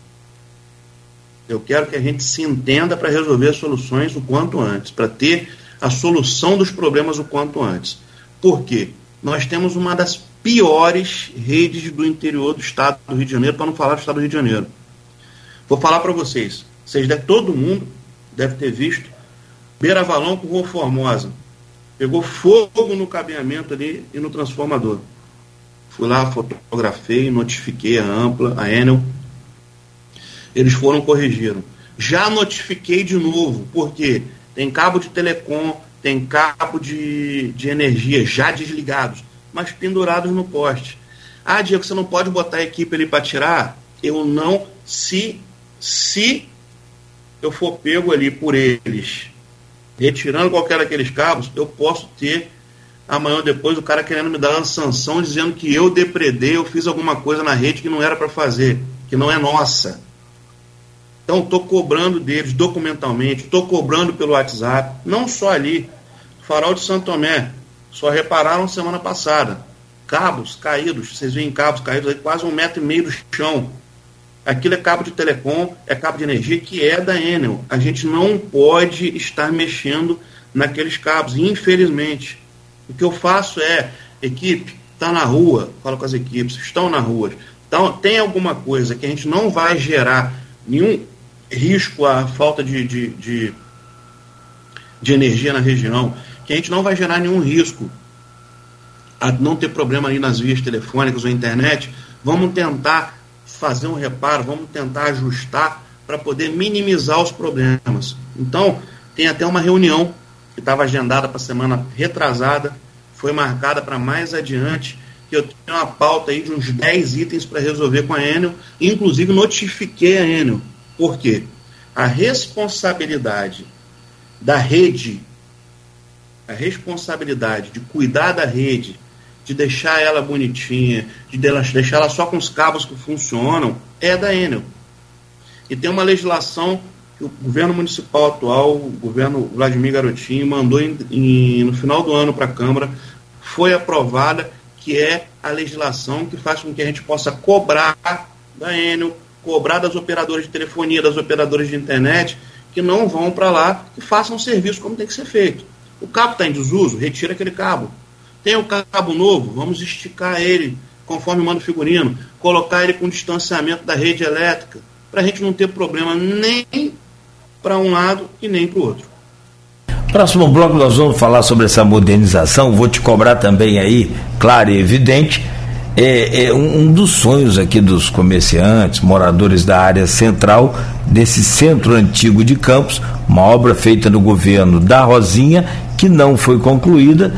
Eu quero que a gente se entenda para resolver as soluções o quanto antes, para ter a solução dos problemas o quanto antes. Por quê? Nós temos uma das piores redes do interior do estado do Rio de Janeiro, para não falar do estado do Rio de Janeiro. Vou falar para vocês, vocês devem, todo mundo deve ter visto Beira Valão com Rua Formosa. Pegou fogo no cabeamento ali e no transformador. Fui lá, fotografei, notifiquei a Ampla, a Enel. Eles foram, corrigiram. Já notifiquei de novo, porque tem cabo de telecom, tem cabo de, de energia já desligados, mas pendurados no poste. Ah, Diego, você não pode botar a equipe ali para tirar? Eu não, se, se eu for pego ali por eles, retirando qualquer daqueles cabos, eu posso ter amanhã ou depois o cara querendo me dar uma sanção dizendo que eu depredei, eu fiz alguma coisa na rede que não era para fazer, que não é nossa. Então estou cobrando deles documentalmente, estou cobrando pelo WhatsApp, não só ali. Farol de Santo Tomé, só repararam semana passada, cabos caídos, vocês veem cabos caídos aí quase um metro e meio do chão. Aquilo é cabo de telecom, é cabo de energia que é da Enel. A gente não pode estar mexendo naqueles cabos, infelizmente. O que eu faço é, equipe, está na rua, falo com as equipes, estão na rua. Então, tem alguma coisa que a gente não vai gerar nenhum risco à falta de, de, de, de energia na região, que a gente não vai gerar nenhum risco a não ter problema ali nas vias telefônicas ou internet, vamos tentar fazer um reparo, vamos tentar ajustar para poder minimizar os problemas. Então, tem até uma reunião que estava agendada para a semana retrasada, foi marcada para mais adiante, que eu tenho uma pauta aí de uns dez itens para resolver com a Enel, inclusive notifiquei a Enel. Por quê? A responsabilidade da rede, a responsabilidade de cuidar da rede, de deixar ela bonitinha, de deixar ela só com os cabos que funcionam, é da Enel. E tem uma legislação que o governo municipal atual, o governo Vladimir Garotinho, mandou em, em, no final do ano para a Câmara, foi aprovada, que é a legislação que faz com que a gente possa cobrar da Enel, cobrar das operadoras de telefonia, das operadoras de internet, que não vão para lá, que façam o serviço como tem que ser feito. O cabo está em desuso, retira aquele cabo. Tem o cabo novo, vamos esticar ele, conforme manda o figurino, colocar ele com distanciamento da rede elétrica, para a gente não ter problema nem para um lado e nem para o outro. Próximo bloco nós vamos falar sobre essa modernização, vou te cobrar também aí, claro e evidente, é, é um, um dos sonhos aqui dos comerciantes, moradores da área central desse centro antigo de Campos, uma obra feita no governo da Rosinha, que não foi concluída,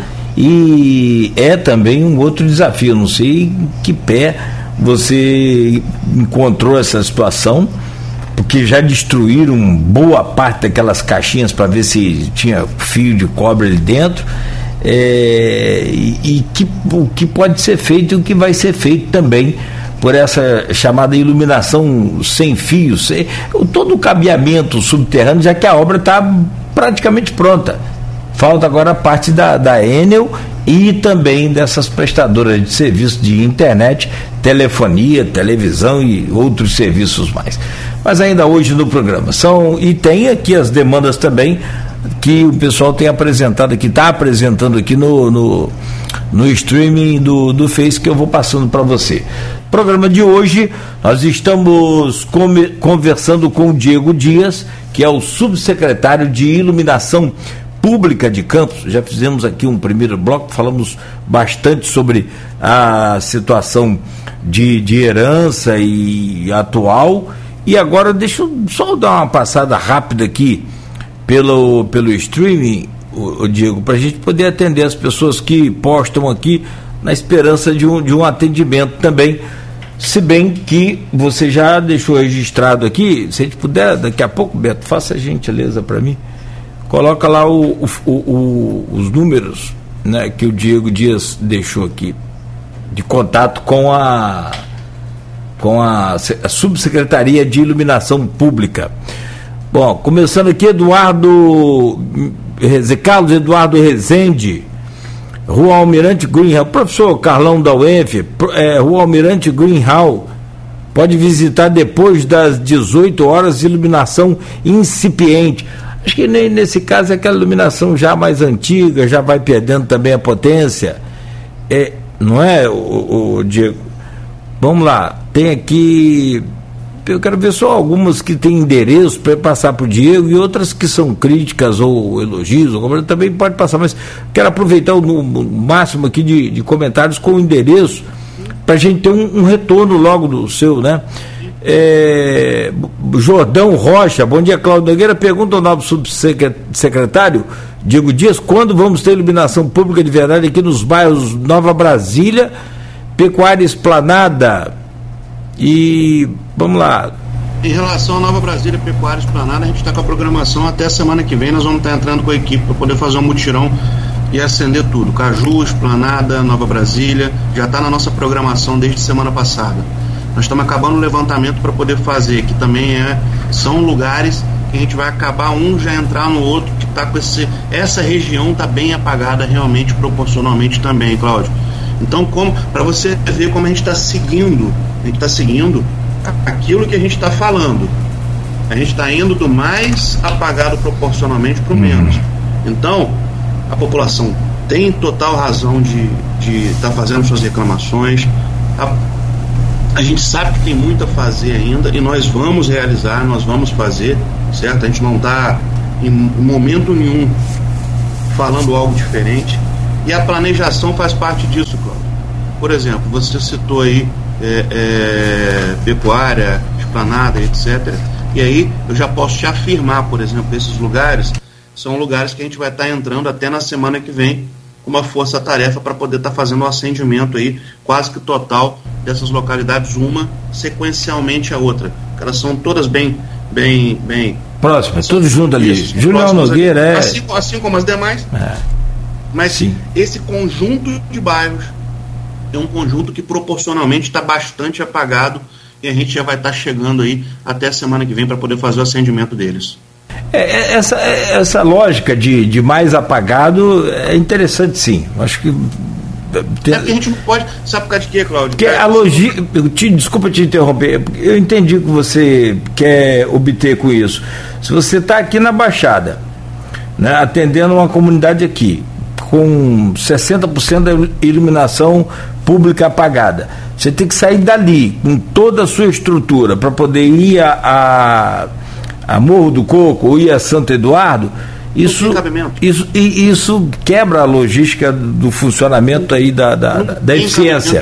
e é também um outro desafio. Não sei em que pé você encontrou essa situação, porque já destruíram boa parte daquelas caixinhas para ver se tinha fio de cobre ali dentro, é, e, e que, o que pode ser feito e o que vai ser feito também por essa chamada iluminação sem fios, é, todo o cabeamento subterrâneo, já que a obra está praticamente pronta. Falta agora a parte da, da Enel e também dessas prestadoras de serviço de internet, telefonia, televisão e outros serviços mais. Mas ainda hoje no programa. São, e tem aqui as demandas também que o pessoal tem apresentado aqui, está apresentando aqui no, no, no streaming do, do Face, que eu vou passando para você. Programa de hoje, nós estamos come, conversando com o Diego Dias, que é o subsecretário de Iluminação Pública de Campos. Já fizemos aqui um primeiro bloco, falamos bastante sobre a situação de, de herança e atual, e agora deixa eu só dar uma passada rápida aqui pelo, pelo streaming, o, o Diego, para a gente poder atender as pessoas que postam aqui na esperança de um, de um atendimento também, se bem que você já deixou registrado aqui. Se a gente puder, daqui a pouco, Beto, faça a gentileza para mim, coloca lá o, o, o, os números, né, que o Diego Dias deixou aqui de contato com a com a, a Subsecretaria de Iluminação Pública. Bom, começando aqui, Eduardo Carlos Eduardo Rezende, Rua Almirante Greenhall, professor Carlão da U E N F, é, Rua Almirante Greenhall, pode visitar depois das dezoito horas, iluminação incipiente. Acho que nem nesse caso é aquela iluminação já mais antiga, já vai perdendo também a potência, é, não é, o, o Diego? Vamos lá, tem aqui, eu quero ver só algumas que tem endereço para passar para o Diego, e outras que são críticas ou elogios, ou também pode passar, mas quero aproveitar o, o máximo aqui de, de comentários com o endereço, para a gente ter um, um retorno logo do seu, né? É, Jordão Rocha, bom dia, Cláudio Nogueira, pergunta ao novo subsecretário Diego Dias, quando vamos ter iluminação pública de verdade aqui nos bairros Nova Brasília, Pecuária Esplanada e, vamos lá. Em relação à Nova Brasília, Pecuária Esplanada, a gente está com a programação até a semana que vem, nós vamos estar entrando com a equipe para poder fazer um mutirão e acender tudo. Caju, Esplanada, Nova Brasília, já está na nossa programação desde semana passada. Nós estamos acabando o levantamento para poder fazer, que também é, são lugares que a gente vai acabar um já entrar no outro, que está com esse, essa região está bem apagada realmente, proporcionalmente também, Cláudio. Então, como para você ver como a gente está seguindo, a gente está seguindo aquilo que a gente está falando. A gente está indo do mais apagado proporcionalmente para o menos. Então, a população tem total razão de estar tá fazendo suas reclamações. A, a gente sabe que tem muito a fazer ainda e nós vamos realizar, nós vamos fazer, certo? A gente não está em momento nenhum falando algo diferente. E a planejação faz parte disso, Cláudio. Por exemplo, você citou aí é, é, pecuária, esplanada, etcétera. E aí eu já posso te afirmar, por exemplo, esses lugares são lugares que a gente vai estar entrando até na semana que vem com uma força-tarefa para poder estar fazendo o acendimento aí quase que total dessas localidades, uma sequencialmente a outra. Elas são todas bem, bem, bem próximas, tudo junto ali. Isso, Julião Nogueira é assim, assim como as demais. É. Mas sim, esse conjunto de bairros é um conjunto que proporcionalmente está bastante apagado e a gente já vai estar chegando aí até a semana que vem para poder fazer o acendimento deles. É, essa, essa lógica de, de mais apagado é interessante, sim. Acho que tem... é que a gente não pode, sabe por causa de quê, Cláudio? Que a logística, te, desculpa te interromper, eu entendi o que você quer obter com isso. Se você está aqui na Baixada, né, atendendo uma comunidade aqui com sessenta por cento da iluminação pública apagada, você tem que sair dali com toda a sua estrutura para poder ir a, a, a Morro do Coco ou ir a Santo Eduardo. Isso, isso, isso quebra a logística do funcionamento aí da, da, da eficiência.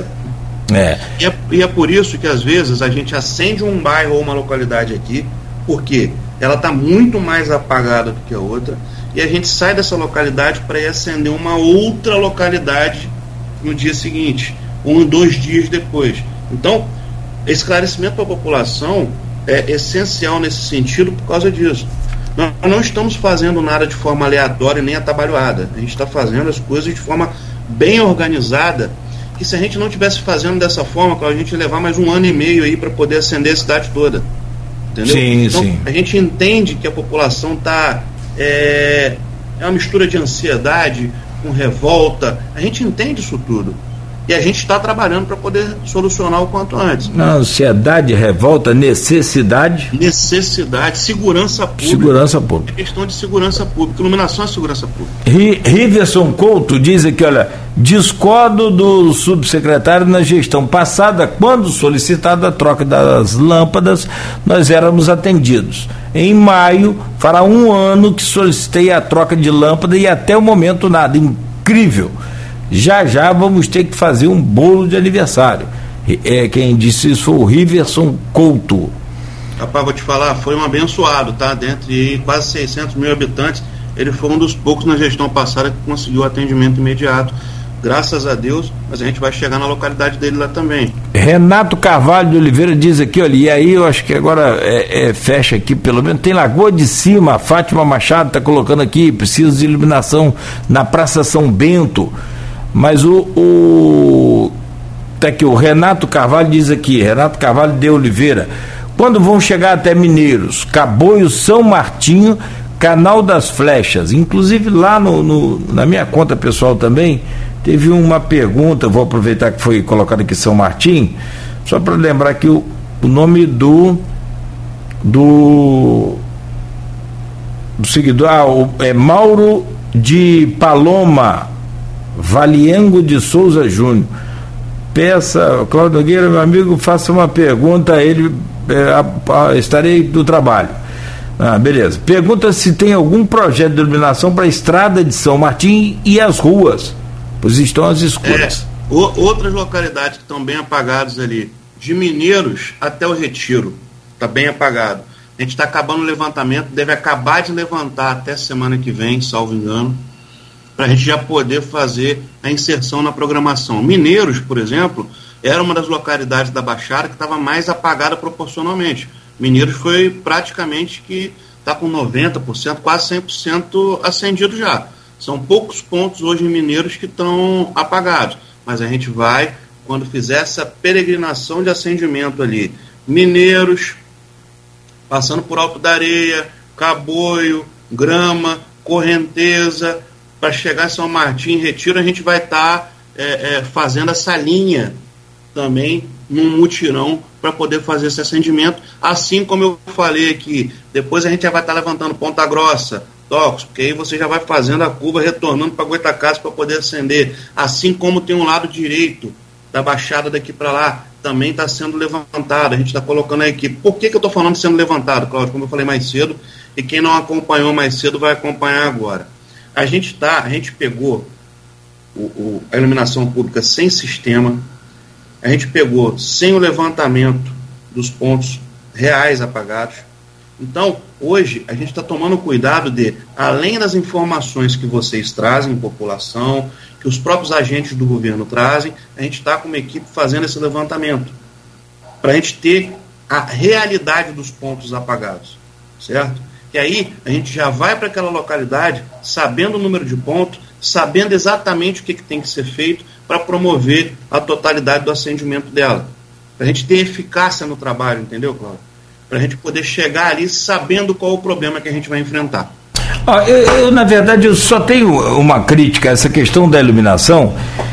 É. E, é, e é por isso que às vezes a gente acende um bairro ou uma localidade aqui, porque ela está muito mais apagada do que a outra, e a gente sai dessa localidade para ir acender uma outra localidade no dia seguinte, um, dois dias depois. Então, esclarecimento para a população é essencial nesse sentido por causa disso. Nós não estamos fazendo nada de forma aleatória nem atabalhoada. A gente está fazendo as coisas de forma bem organizada, que se a gente não estivesse fazendo dessa forma, a gente ia levar mais um ano e meio aí para poder acender a cidade toda. Entendeu? Sim, então, sim. A gente entende que a população está... É, é uma mistura de ansiedade com revolta. A gente entende isso tudo. E a gente está trabalhando para poder solucionar o quanto antes. Não, ansiedade, revolta, necessidade. Necessidade, segurança pública. Segurança pública. É questão de segurança pública. Iluminação é segurança pública. Riverson Couto diz aqui, olha, discordo do subsecretário na gestão passada, quando solicitada a troca das lâmpadas, nós éramos atendidos. Em maio, fará um ano que solicitei a troca de lâmpada e até o momento nada. Incrível. Já já vamos ter que fazer um bolo de aniversário. É, quem disse isso foi o Riverson Couto. Rapaz, vou te falar, foi um abençoado, tá? Dentre quase seiscentos mil habitantes, ele foi um dos poucos na gestão passada que conseguiu atendimento imediato. Graças a Deus, mas a gente vai chegar na localidade dele lá também. Renato Carvalho de Oliveira diz aqui, olha, e aí eu acho que agora é, é, fecha aqui, pelo menos, tem Lagoa de Cima, a Fátima Machado está colocando aqui, precisa de iluminação na Praça São Bento. Mas o, o tá aqui, o Renato Carvalho diz aqui, Renato Carvalho de Oliveira, quando vão chegar até Mineiros, Caboio, São Martinho, Canal das Flechas, inclusive lá no, no, na minha conta pessoal também, teve uma pergunta, vou aproveitar que foi colocado aqui São Martinho, só para lembrar que o, o nome do do do seguidor, ah, o, é Mauro de Paloma Valiengo de Souza Júnior. Peça, Cláudio Nogueira, meu amigo, faça uma pergunta a ele, é, a, a, estarei do trabalho. Ah, beleza. Pergunta se tem algum projeto de iluminação para a estrada de São Martim e as ruas, pois estão às escuras. É, o, outras localidades que estão bem apagadas ali, de Mineiros até o Retiro, está bem apagado. A gente está acabando o levantamento, deve acabar de levantar até semana que vem, salvo engano, para a gente já poder fazer a inserção na programação. Mineiros, por exemplo, era uma das localidades da Baixada que estava mais apagada proporcionalmente. Mineiros foi praticamente que está com noventa por cento, quase cem por cento acendido já. São poucos pontos hoje em Mineiros que estão apagados, mas a gente vai, quando fizer essa peregrinação de acendimento ali, Mineiros, passando por Alto da Areia, Caboio, Grama, Correnteza, para chegar em São Martim, Retiro, a gente vai estar tá, é, é, fazendo essa linha também num mutirão para poder fazer esse acendimento, assim como eu falei aqui, depois a gente já vai estar tá levantando Ponta Grossa, Tocos, porque aí você já vai fazendo a curva, retornando para Goitacazes para poder acender, assim como tem um lado direito da Baixada daqui para lá, também está sendo levantado, a gente está colocando a equipe. Por que, que eu estou falando de sendo levantado, Cláudio? Como eu falei mais cedo, e quem não acompanhou mais cedo vai acompanhar agora. A gente tá, a gente pegou o, o, a iluminação pública sem sistema, a gente pegou sem o levantamento dos pontos reais apagados. Então, hoje, a gente está tomando cuidado de, além das informações que vocês trazem, população, que os próprios agentes do governo trazem, a gente está com uma equipe fazendo esse levantamento, para a gente ter a realidade dos pontos apagados, certo? E aí, a gente já vai para aquela localidade, sabendo o número de pontos, sabendo exatamente o que, que tem que ser feito para promover a totalidade do acendimento dela. Para a gente ter eficácia no trabalho, entendeu, Cláudio? Para a gente poder chegar ali sabendo qual o problema que a gente vai enfrentar. Ah, eu, eu, na verdade, eu só tenho uma crítica a essa questão da iluminação,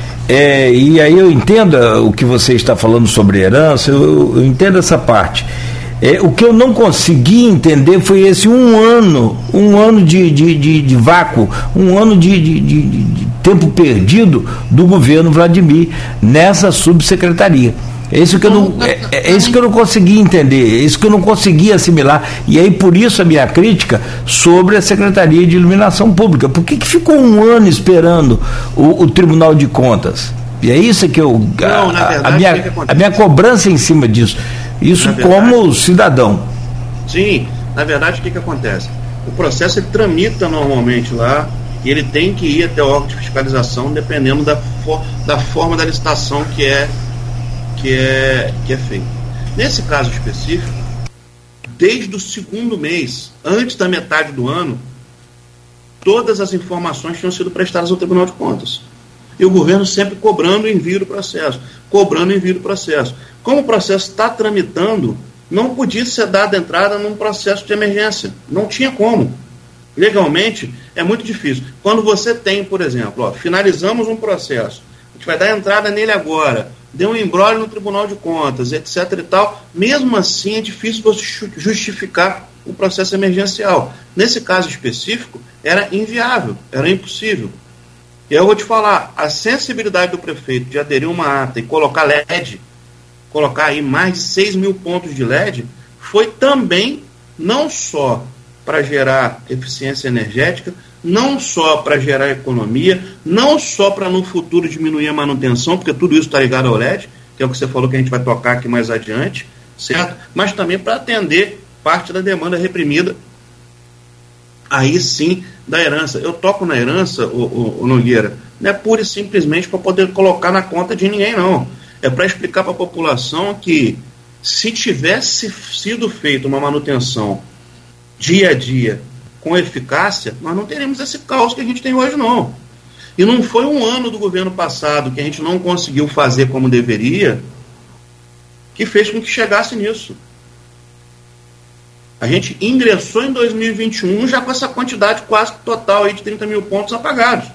é, e aí eu entendo o que você está falando sobre herança, eu, eu entendo essa parte. É, o que eu não consegui entender foi esse um ano, um ano de, de, de, de vácuo, um ano de, de, de, de tempo perdido do governo Vladimir nessa subsecretaria. É isso que eu não, é, é isso que eu não consegui entender, é isso que eu não consegui assimilar. E aí, por isso, a minha crítica sobre a Secretaria de Iluminação Pública. Por que, que ficou um ano esperando o, o Tribunal de Contas? E é isso que eu. A, não, na verdade, a, minha, que que a minha cobrança em cima disso. Isso verdade, como cidadão. Sim, na verdade, o que, que acontece? O processo ele tramita normalmente lá e ele tem que ir até o órgão de fiscalização, dependendo da, for, da forma da licitação que é. Que é, que é feito. Nesse caso específico, desde o segundo mês, antes da metade do ano, todas as informações tinham sido prestadas ao Tribunal de Contas. E o governo sempre cobrando o envio do processo, cobrando o envio do processo. Como o processo está tramitando, não podia ser dada entrada num processo de emergência. Não tinha como. Legalmente, é muito difícil. Quando você tem, por exemplo, ó, finalizamos um processo, a gente vai dar entrada nele agora, deu um imbróglio no Tribunal de Contas, etc e tal, mesmo assim é difícil você justificar o processo emergencial. Nesse caso específico, era inviável, era impossível. E eu vou te falar, a sensibilidade do prefeito de aderir uma ata e colocar L E D, colocar aí mais de seis mil pontos de L E D, foi também não só para gerar eficiência energética, não só para gerar economia, não só para no futuro diminuir a manutenção, porque tudo isso está ligado ao L E D, que é o que você falou que a gente vai tocar aqui mais adiante, certo? Mas também para atender parte da demanda reprimida, aí sim, da herança. Eu toco na herança, o, o, o Nogueira, não é pura e simplesmente para poder colocar na conta de ninguém, não. É para explicar para a população que se tivesse sido feita uma manutenção dia a dia, com eficácia, nós não teríamos esse caos que a gente tem hoje, não. E não foi um ano do governo passado que a gente não conseguiu fazer como deveria que fez com que chegasse nisso. A gente ingressou em dois mil e vinte e um já com essa quantidade quase total aí de trinta mil pontos apagados.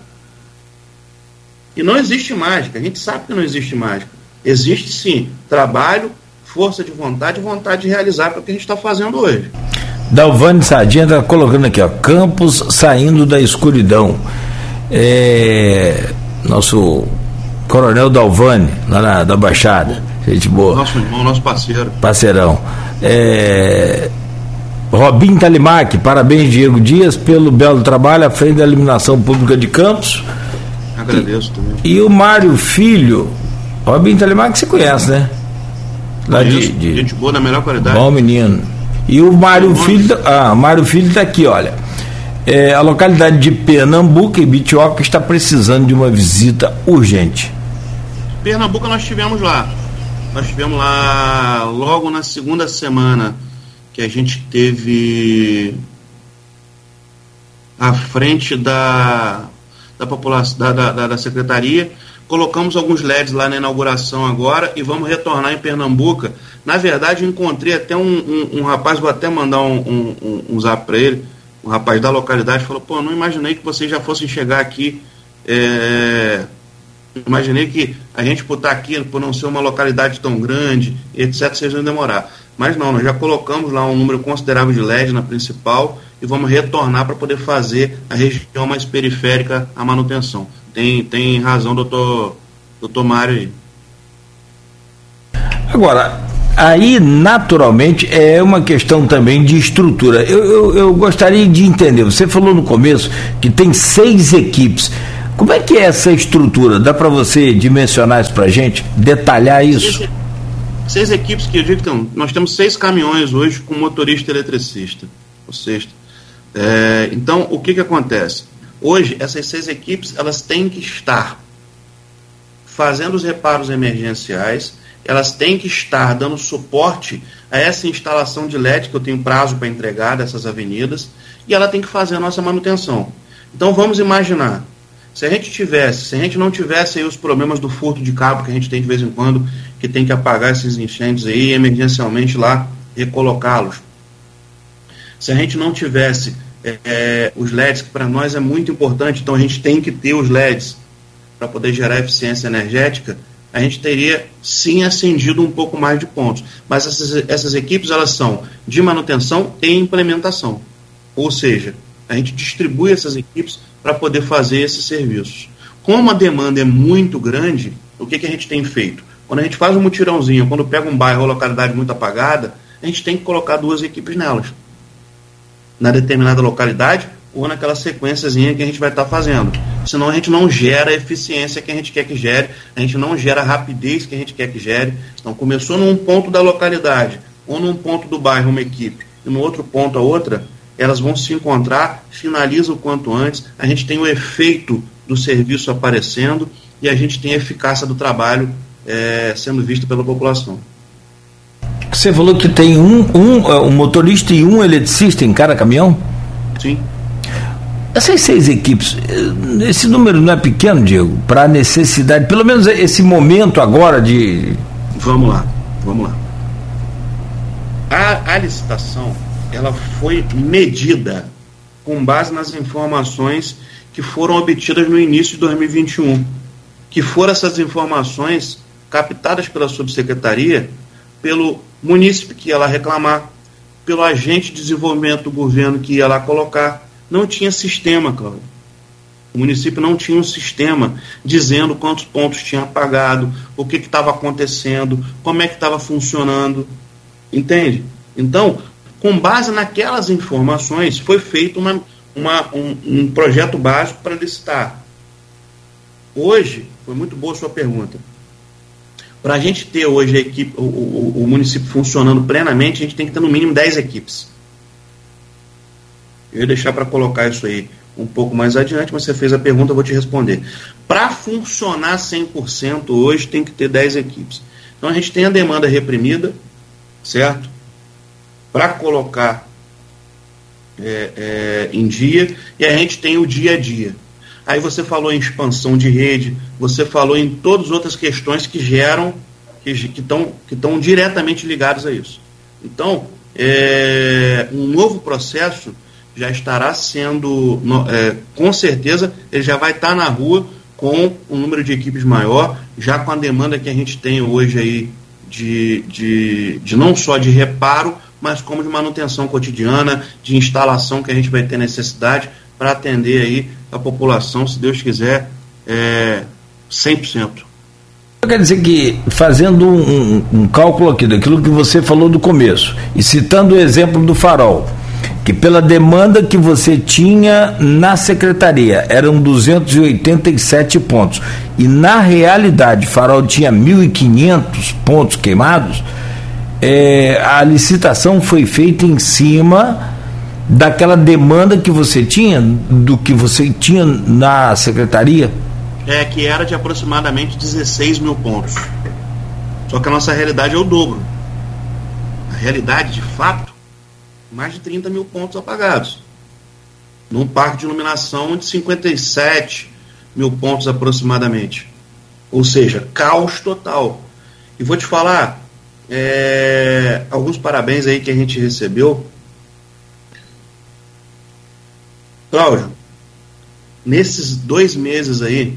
E não existe mágica, a gente sabe que não existe mágica. Existe sim trabalho, força de vontade e vontade de realizar para o que a gente está fazendo hoje. Dalvani Sardinha está colocando aqui, ó, Campos saindo da escuridão. É, nosso coronel Dalvani, lá na, da Baixada, gente boa. Nosso irmão, nosso parceiro. Parceirão. É, Robin Talimac, parabéns, Diego Dias, pelo belo trabalho à frente da Iluminação Pública de Campos. Agradeço também. E o Mário Filho, Robin Talimac, você conhece, né? Lá de, de, gente boa, da melhor qualidade. Bom menino. E o Mário Filho, ah, Mário Filho está aqui, olha. É, a localidade de Pernambuco, em Bitioca, está precisando de uma visita urgente. Pernambuco nós estivemos lá. Nós estivemos lá logo na segunda semana que a gente teve à frente da, da população, da, da, da secretaria. Colocamos alguns L E Ds lá na inauguração agora e vamos retornar em Pernambuco. Na verdade, encontrei até um, um, um rapaz, vou até mandar um, um, um zap para ele, um rapaz da localidade, falou, pô, não imaginei que vocês já fossem chegar aqui, é, imaginei que a gente por estar aqui, por não ser uma localidade tão grande, etcétera, vocês vão demorar. Mas não, nós já colocamos lá um número considerável de L E D na principal e vamos retornar para poder fazer a região mais periférica a manutenção. Tem, tem razão, doutor, doutor Mário aí. Agora, aí naturalmente é uma questão também de estrutura. Eu, eu, eu gostaria de entender, você falou no começo que tem seis equipes. Como é que é essa estrutura? Dá para você dimensionar isso para a gente? Detalhar isso? Seis, seis equipes que eu digo que então, nós temos seis caminhões hoje com motorista eletricista. Ou seja, é, então o que que acontece? Hoje, essas seis equipes, elas têm que estar fazendo os reparos emergenciais, elas têm que estar dando suporte a essa instalação de L E D que eu tenho prazo para entregar dessas avenidas, e ela tem que fazer a nossa manutenção. Então, vamos imaginar, se a gente tivesse, se a gente não tivesse aí os problemas do furto de cabo que a gente tem de vez em quando, que tem que apagar esses incêndios aí, emergencialmente lá, recolocá-los. Se a gente não tivesse É, é, os L E Ds, que para nós é muito importante, então a gente tem que ter os L E Ds para poder gerar eficiência energética, a gente teria sim acendido um pouco mais de pontos. Mas essas, essas equipes, elas são de manutenção e implementação. Ou seja, a gente distribui essas equipes para poder fazer esses serviços. Como a demanda é muito grande, o que, que a gente tem feito? Quando a gente faz um mutirãozinho, quando pega um bairro ou localidade muito apagada, a gente tem que colocar duas equipes nelas, na determinada localidade ou naquela sequenciazinha que a gente vai estar fazendo. Senão a gente não gera a eficiência que a gente quer que gere, a gente não gera a rapidez que a gente quer que gere. Então começou num ponto da localidade ou num ponto do bairro uma equipe e no outro ponto a outra, elas vão se encontrar, finaliza o quanto antes, a gente tem o efeito do serviço aparecendo e a gente tem a eficácia do trabalho é, sendo vista pela população. Você falou que tem um, um, um motorista e um eletricista em cada caminhão? Sim. Essas seis equipes, esse número não é pequeno, Diego, para a necessidade, pelo menos esse momento agora de... Vamos lá, vamos lá. A, a licitação, ela foi medida com base nas informações que foram obtidas no início de dois mil e vinte e um, que foram essas informações captadas pela subsecretaria, pelo munícipe que ia lá reclamar, pelo agente de desenvolvimento do governo que ia lá colocar. Não tinha sistema, Cláudio. O município não tinha um sistema dizendo quantos pontos tinha apagado, o que estava acontecendo, como é que estava funcionando, entende? Então, com base naquelas informações, foi feito uma, uma, um, um projeto básico para licitar. Hoje, foi muito boa a sua pergunta, para a gente ter hoje a equipe, o, o, o município funcionando plenamente, a gente tem que ter no mínimo dez equipes. Eu ia deixar para colocar isso aí um pouco mais adiante, mas você fez a pergunta, eu vou te responder. Para funcionar cem por cento hoje, tem que ter dez equipes. Então a gente tem a demanda reprimida, certo? Para colocar é, é, em dia, e a gente tem o dia a dia. Aí você falou em expansão de rede, você falou em todas as outras questões que geram, que estão que estão diretamente ligadas a isso. Então, é, um novo processo já estará sendo, é, com certeza, ele já vai estar na rua com um número de equipes maior, já com a demanda que a gente tem hoje aí de, de, de não só de reparo, mas como de manutenção cotidiana, de instalação que a gente vai ter necessidade para atender aí a população, se Deus quiser, é, cem por cento. Quer dizer que, fazendo um, um, um cálculo aqui daquilo que você falou do começo, e citando o exemplo do farol, que pela demanda que você tinha na secretaria eram duzentos e oitenta e sete pontos, e na realidade Farol tinha mil e quinhentos pontos queimados, é, a licitação foi feita em cima daquela demanda que você tinha, do que você tinha na secretaria? É, que era de aproximadamente dezesseis mil pontos. Só que a nossa realidade é o dobro. A realidade, de fato, mais de trinta mil pontos apagados. Num parque de iluminação de cinquenta e sete mil pontos aproximadamente. Ou seja, caos total. E vou te falar, é, alguns parabéns aí que a gente recebeu. Cláudio, nesses dois meses aí,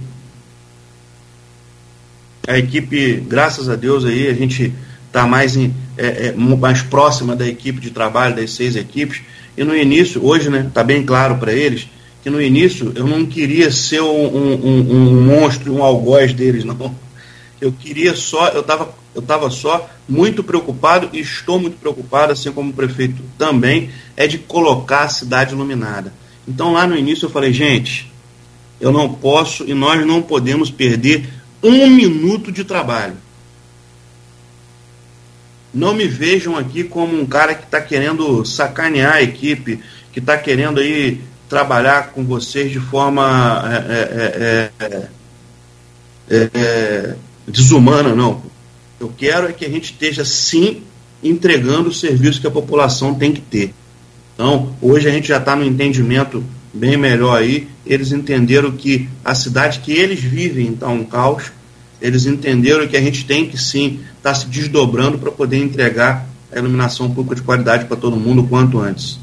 a equipe, graças a Deus aí, a gente está mais, em, é, é, mais próxima da equipe de trabalho, das seis equipes, e no início, hoje, né, está bem claro para eles, que no início eu não queria ser um, um, um monstro, um algoz deles, não. Eu queria só, eu estava eu tava só muito preocupado, e estou muito preocupado, assim como o prefeito também, é de colocar a cidade iluminada. Então lá no início eu falei, gente, eu não posso e nós não podemos perder um minuto de trabalho. Não me vejam aqui como um cara que está querendo sacanear a equipe, que está querendo aí trabalhar com vocês de forma é, é, é, é, é, desumana, não. Eu quero é que a gente esteja sim entregando o serviço que a população tem que ter. Então, hoje a gente já está no entendimento bem melhor aí. Eles entenderam que a cidade que eles vivem está um caos. Eles entenderam que a gente tem que sim estar tá se desdobrando para poder entregar a iluminação pública de qualidade para todo mundo o quanto antes.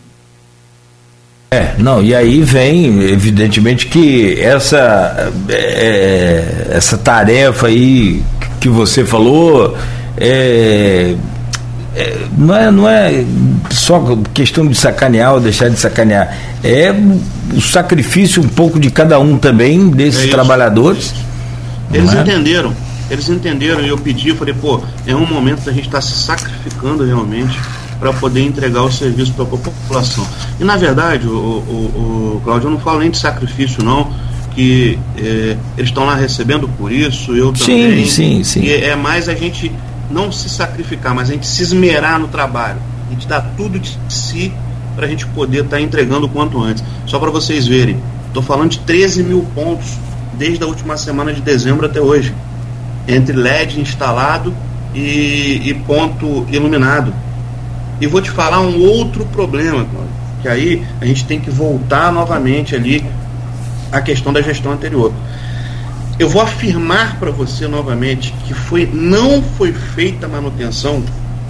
É, não, e aí vem, evidentemente, que essa, é, essa tarefa aí que você falou, é, é, não, é, não é só questão de sacanear ou deixar de sacanear, é o sacrifício um pouco de cada um também, desses é trabalhadores. Eles é? entenderam, eles entenderam, e eu pedi, eu falei, pô, é um momento da gente estar tá se sacrificando realmente para poder entregar o serviço para a população. E na verdade, o, o, o Cláudio, eu não falo nem de sacrifício não, que é, eles estão lá recebendo por isso, eu também. Sim, sim, sim. E é mais a gente não se sacrificar, mas a gente se esmerar no trabalho, a gente dar tudo de si para a gente poder estar tá entregando o quanto antes. Só para vocês verem, estou falando de treze mil pontos desde a última semana de dezembro até hoje, entre L E D instalado e, e ponto iluminado. E vou te falar um outro problema, que aí a gente tem que voltar novamente ali à questão da gestão anterior. Eu vou afirmar para você novamente que foi, não foi feita a manutenção,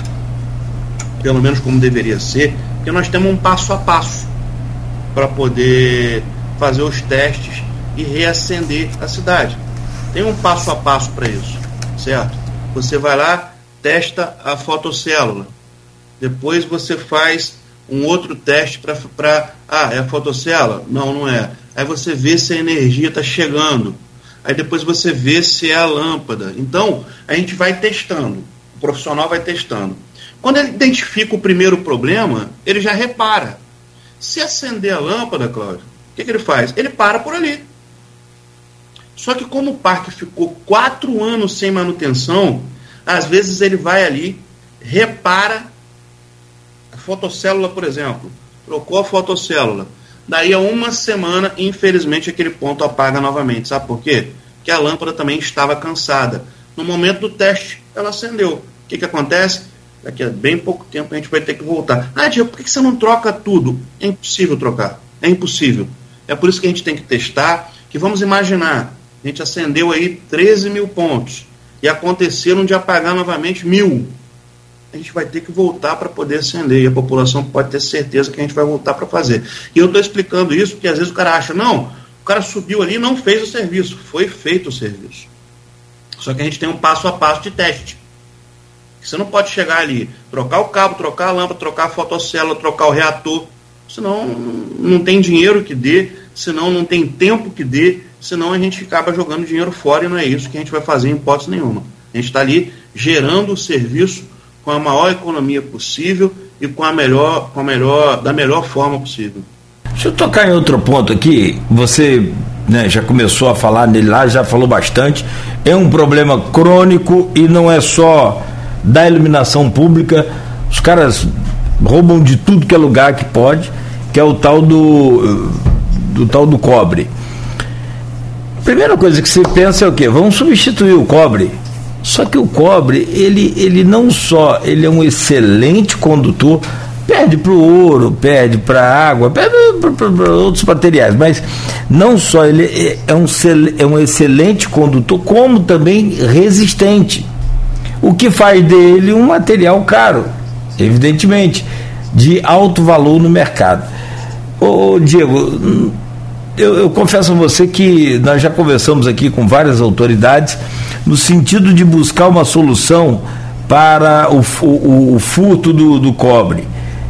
pelo menos como deveria ser, porque nós temos um passo a passo para poder fazer os testes e reacender a cidade. Tem um passo a passo para isso, certo? Você vai lá, testa a fotocélula. Depois você faz um outro teste para... Ah, é a fotocélula? Não, não é. Aí você vê se a energia está chegando. Aí depois você vê se é a lâmpada. Então, a gente vai testando. O profissional vai testando. Quando ele identifica o primeiro problema, ele já repara. Se acender a lâmpada, Cláudio, o que, que ele faz? Ele para por ali. Só que como o parque ficou quatro anos sem manutenção, às vezes ele vai ali, repara a fotocélula, por exemplo, trocou a fotocélula, daí a uma semana, infelizmente, aquele ponto apaga novamente. Sabe por quê? Porque a lâmpada também estava cansada. No momento do teste, ela acendeu. O que, que acontece? Daqui a bem pouco tempo a gente vai ter que voltar. Ah, Diego, por que, que você não troca tudo? É impossível trocar. É impossível. É por isso que a gente tem que testar, que vamos imaginar, a gente acendeu aí treze mil pontos e aconteceram de apagar novamente mil. A gente vai ter que voltar para poder acender, e a população pode ter certeza que a gente vai voltar para fazer. E eu estou explicando isso porque às vezes o cara acha, não, o cara subiu ali e não fez o serviço. Foi feito o serviço. Só que a gente tem um passo a passo de teste. Você não pode chegar ali, trocar o cabo, trocar a lâmpada, trocar a fotocélula, trocar o reator, senão não tem dinheiro que dê, senão não tem tempo que dê, senão a gente acaba jogando dinheiro fora, e não é isso que a gente vai fazer em hipótese nenhuma. A gente está ali gerando o serviço com a maior economia possível e com a melhor, com a melhor, da melhor forma possível. Deixa eu tocar em outro ponto aqui. Você, né, já começou a falar nele lá, já falou bastante. É um problema crônico e não é só da iluminação pública. Os caras roubam de tudo que é lugar que pode, que é o tal do, do tal do cobre. Primeira coisa que você pensa é o quê? Vamos substituir o cobre. Só que o cobre, ele, ele não só ele é um excelente condutor, perde para o ouro, perde para a água, perde para outros materiais, mas não só ele é um, é um excelente condutor, como também resistente, o que faz dele um material caro, evidentemente, de alto valor no mercado. Ô, Diego, eu, eu confesso a você que nós já conversamos aqui com várias autoridades no sentido de buscar uma solução para o, o, o furto do, do cobre.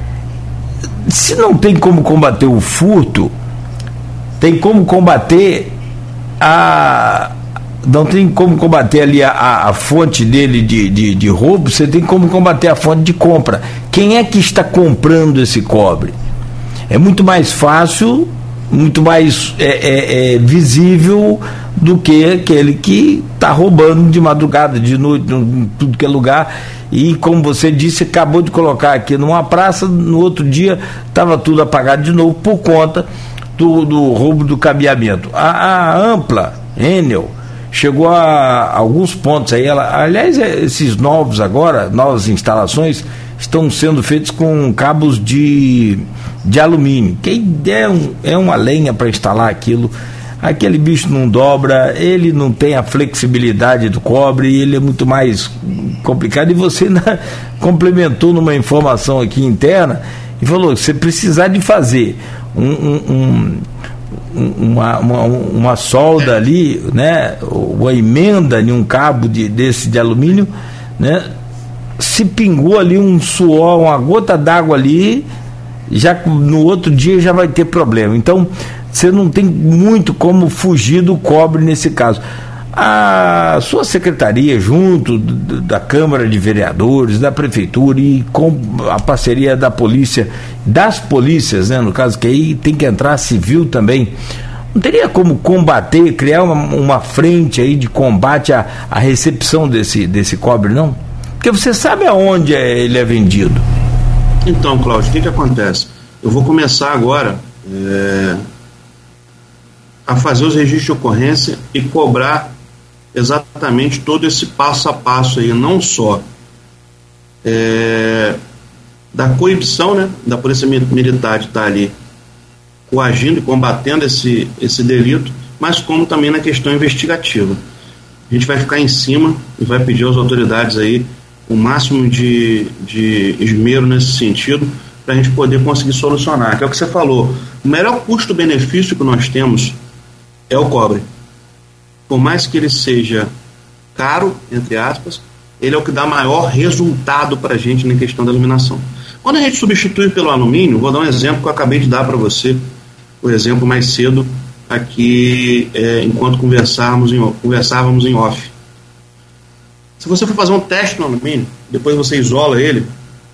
Se não tem como combater o furto, tem como combater a... não tem como combater ali a, a, a fonte dele de, de, de roubo, você tem como combater a fonte de compra. Quem é que está comprando esse cobre? É muito mais fácil, muito mais é, é, é, visível do que aquele que está roubando de madrugada, de noite, em tudo que é lugar. E como você disse, acabou de colocar aqui numa praça, no outro dia estava tudo apagado de novo por conta do, do roubo do cabeamento. A, a Ampla, Enel, chegou a, a alguns pontos aí, ela, aliás, esses novos agora, novas instalações, estão sendo feitos com cabos de, de alumínio, que é, um, é uma lenha para instalar aquilo. Aquele bicho não dobra, ele não tem a flexibilidade do cobre, ele é muito mais complicado. E você na, complementou numa informação aqui interna e falou que você precisar de fazer um, um, um, uma, uma, uma solda ali, né, uma emenda em um cabo de, desse de alumínio, né, se pingou ali um suor, uma gota d'água ali, já no outro dia já vai ter problema. Então você não tem muito como fugir do cobre nesse caso. A sua secretaria, junto da Câmara de Vereadores, da Prefeitura e com a parceria da polícia, das polícias, né, no caso, que aí tem que entrar civil também, não teria como combater, criar uma, uma frente aí de combate à, à recepção desse, desse cobre, não? Porque você sabe aonde é, ele é vendido. Então, Cláudio, o que que acontece? Eu vou começar agora é, a fazer os registros de ocorrência e cobrar exatamente todo esse passo a passo aí, não só é, da coibição, né, da Polícia Militar de estar ali coagindo e combatendo esse, esse delito, mas como também na questão investigativa. A gente vai ficar em cima e vai pedir às autoridades aí o máximo de, de esmero nesse sentido, para a gente poder conseguir solucionar, que é o que você falou, o melhor custo-benefício que nós temos é o cobre. Por mais que ele seja caro, entre aspas, ele é o que dá maior resultado para a gente na questão da iluminação. Quando a gente substitui pelo alumínio, vou dar um exemplo que eu acabei de dar para você, o exemplo mais cedo aqui, é, enquanto conversávamos em, conversávamos em off. Se você for fazer um teste no alumínio, depois você isola ele,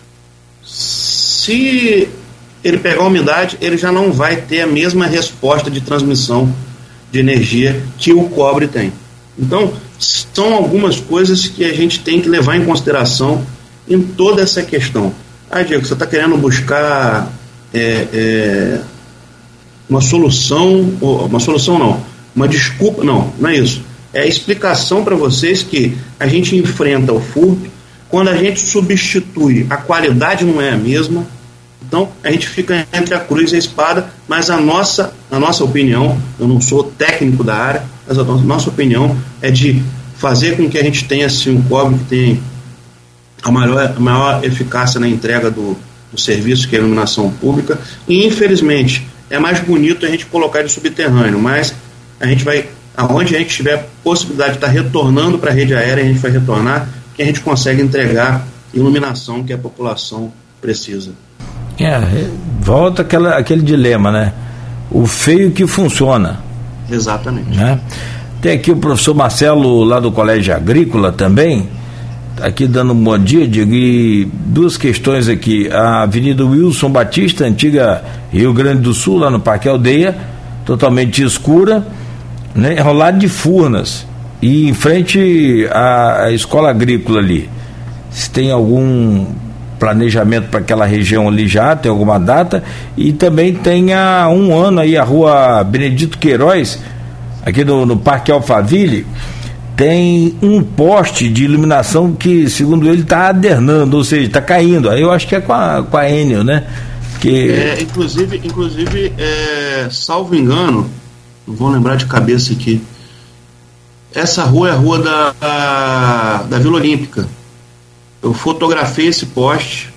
se ele pegar a umidade, ele já não vai ter a mesma resposta de transmissão de energia que o cobre tem. Então, são algumas coisas que a gente tem que levar em consideração em toda essa questão. Ah, Diego, você está querendo buscar é, é, uma solução, uma solução não, uma desculpa, não, não é isso. É a explicação para vocês que a gente enfrenta o furto, quando a gente substitui, a qualidade não é a mesma, então a gente fica entre a cruz e a espada, mas a nossa, a nossa opinião, eu não sou técnico da área, mas a nossa opinião é de fazer com que a gente tenha assim, um cobre que tenha a maior, a maior eficácia na entrega do, do serviço, que é a iluminação pública, e infelizmente é mais bonito a gente colocar ele subterrâneo, mas a gente vai, aonde a gente tiver possibilidade de estar retornando para a rede aérea, a gente vai retornar, que a gente consegue entregar iluminação que a população precisa. É, volta aquela, aquele dilema, né? O feio que funciona. Exatamente. Né? Tem aqui o professor Marcelo, lá do Colégio Agrícola também, aqui dando um bom dia, Diego, e duas questões aqui. A Avenida Wilson Batista, antiga Rio Grande do Sul, lá no Parque Aldeia, totalmente escura, né? Enrolado de furnas, e em frente à, à escola agrícola ali. se tem algum planejamento para aquela região ali já, tem alguma data, e também tem há um ano aí a rua Benedito Queiroz, aqui no, no Parque Alphaville, tem um poste de iluminação que, segundo ele, está adernando, ou seja, está caindo. Aí eu acho que é com a, com a Enel, né? Que... É, inclusive, inclusive é, salvo engano, não vou lembrar de cabeça aqui, essa rua é a rua da, da, da Vila Olímpica. Eu fotografei esse poste,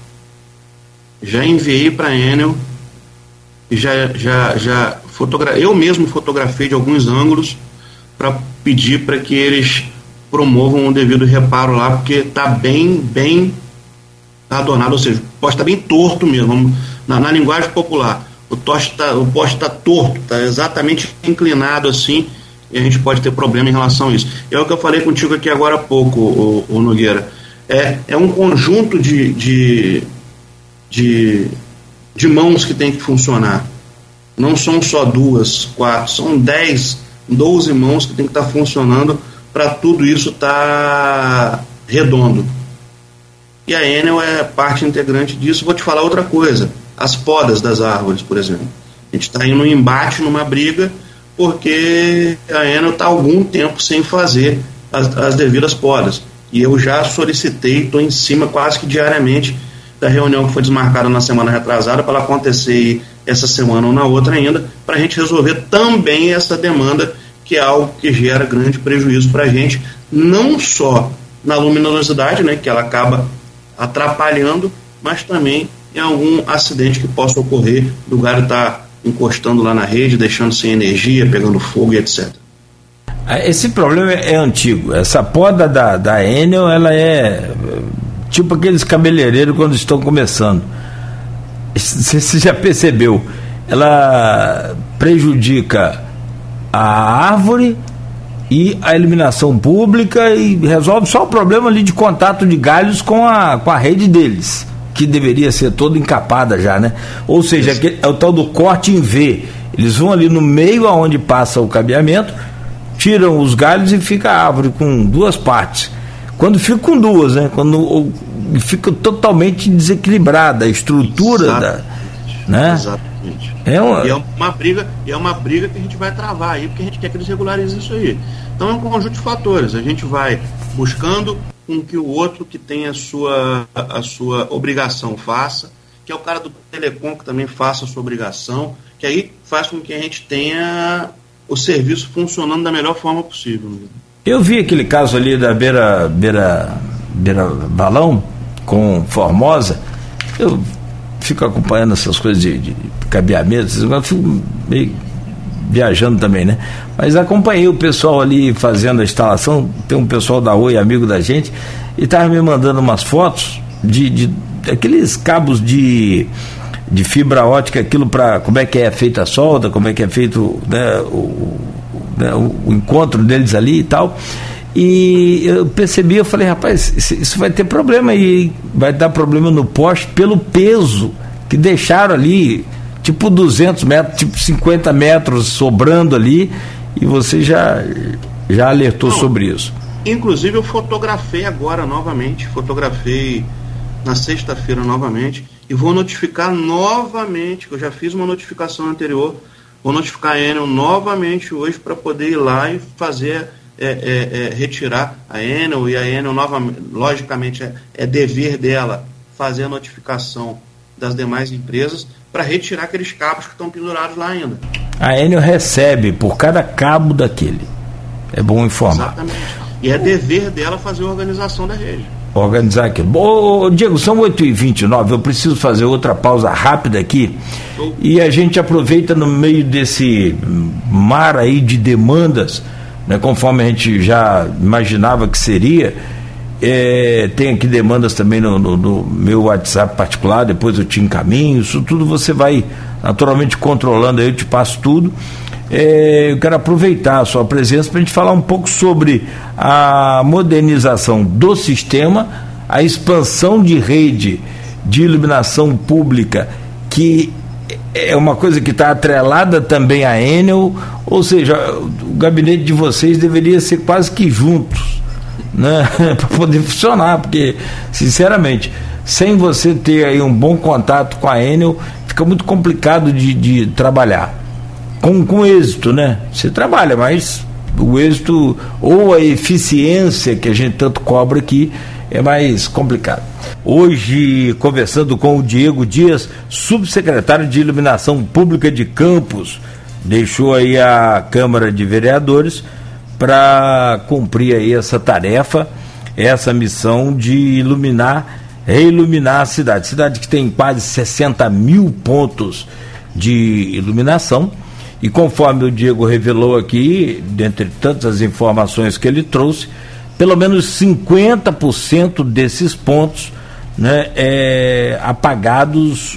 já enviei para a Enel, já, já, já fotogra... eu mesmo fotografei de alguns ângulos para pedir para que eles promovam o devido reparo lá, porque está bem, bem adornado, ou seja, o poste está bem torto mesmo, na, na linguagem popular, o, tá, o poste está torto, está exatamente inclinado assim, e a gente pode ter problema em relação a isso. É o que eu falei contigo aqui agora há pouco, o, o Nogueira, é, é um conjunto de, de, de, de mãos que tem que funcionar, não são só duas, quatro, são dez, doze mãos que tem que estar tá funcionando para tudo isso estar tá redondo. E a Enel é parte integrante disso. Vou te falar outra coisa, as podas das árvores, por exemplo. A gente está indo em embate, numa briga, porque a Enel está há algum tempo sem fazer as, as devidas podas. E eu já solicitei, estou em cima quase que diariamente da reunião que foi desmarcada na semana retrasada para ela acontecer essa semana ou na outra ainda, para a gente resolver também essa demanda, que é algo que gera grande prejuízo para a gente, não só na luminosidade, né, que ela acaba atrapalhando, mas também em algum acidente que possa ocorrer, do galho estar encostando lá na rede, deixando sem energia, pegando fogo e etcétera. Esse problema é antigo. Essa poda da, da Enel, ela é tipo aqueles cabeleireiros quando estão começando. Você já percebeu? Ela prejudica a árvore e a iluminação pública e resolve só o problema ali de contato de galhos com a, com a rede deles, que deveria ser toda encapada já, né? Ou seja, aquele, é o tal do corte em V. Eles vão ali no meio aonde passa o cabeamento, tiram os galhos e fica a árvore com duas partes. Quando fica com duas, né? Quando fica totalmente desequilibrada a estrutura. Exatamente. Da, né? Exatamente. É uma... E é uma briga, e é uma briga que a gente vai travar aí, porque a gente quer que eles regularizem isso aí. Então é um conjunto de fatores. A gente vai buscando com que o outro que tem a sua, a sua obrigação faça, que é o cara do telecom que também faça a sua obrigação, que aí faz com que a gente tenha o serviço funcionando da melhor forma possível. Eu vi aquele caso ali da beira, beira, beira balão com Formosa. Eu fico acompanhando essas coisas de, de cabeamento, eu fico meio viajando também, né? Mas acompanhei o pessoal ali fazendo a instalação. Tem um pessoal da Oi, amigo da gente, e estava me mandando umas fotos de, de aqueles cabos de de fibra ótica, aquilo para como é que é feita a solda, como é que é feito, né, o, né, o, o encontro deles ali e tal. E eu percebi, eu falei, rapaz, isso, isso vai ter problema aí, vai dar problema no poste pelo peso que deixaram ali, tipo duzentos metros, tipo cinquenta metros sobrando ali, e você já, já alertou Não, sobre isso. Inclusive eu fotografei agora novamente, fotografei na sexta-feira novamente, e vou notificar novamente, que eu já fiz uma notificação anterior, vou notificar a Enel novamente hoje para poder ir lá e fazer, é, é, é, retirar a Enel, e a Enel, novamente, logicamente, é, é dever dela fazer a notificação das demais empresas para retirar aqueles cabos que estão pendurados lá ainda. A Enel recebe por cada cabo daquele. É bom informar. Exatamente. E é dever dela fazer a organização da rede. Organizar aquilo. Ô, Diego, são oito e vinte e nove, eu preciso fazer outra pausa rápida aqui. Oh. E a gente aproveita no meio desse mar aí de demandas, né, conforme a gente já imaginava que seria. É, tem aqui demandas também no, no, no meu WhatsApp particular, depois eu te encaminho, isso tudo você vai naturalmente controlando aí, eu te passo tudo. É, eu quero aproveitar a sua presença para a gente falar um pouco sobre a modernização do sistema, a expansão de rede de iluminação pública, que é uma coisa que está atrelada também à Enel, ou seja, o gabinete de vocês deveria ser quase que juntos, né, para poder funcionar, porque, sinceramente, sem você ter aí um bom contato com a Enel, fica muito complicado de, de trabalhar. Com, com êxito, né? Você trabalha, mas o êxito ou a eficiência que a gente tanto cobra aqui é mais complicado. Hoje, conversando com o Diego Dias, subsecretário de Iluminação Pública de Campos, deixou aí a Câmara de Vereadores para cumprir aí essa tarefa, essa missão de iluminar, reiluminar a cidade. Cidade que tem quase sessenta mil pontos de iluminação. E conforme o Diego revelou aqui, dentre tantas informações que ele trouxe, pelo menos cinquenta por cento desses pontos, né, é, apagados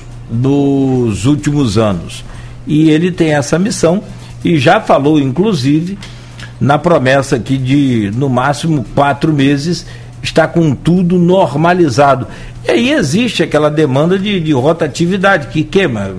nos últimos anos. E ele tem essa missão e já falou, inclusive, na promessa aqui de, no máximo, quatro meses, estar com tudo normalizado. E aí existe aquela demanda de, de rotatividade, que queima...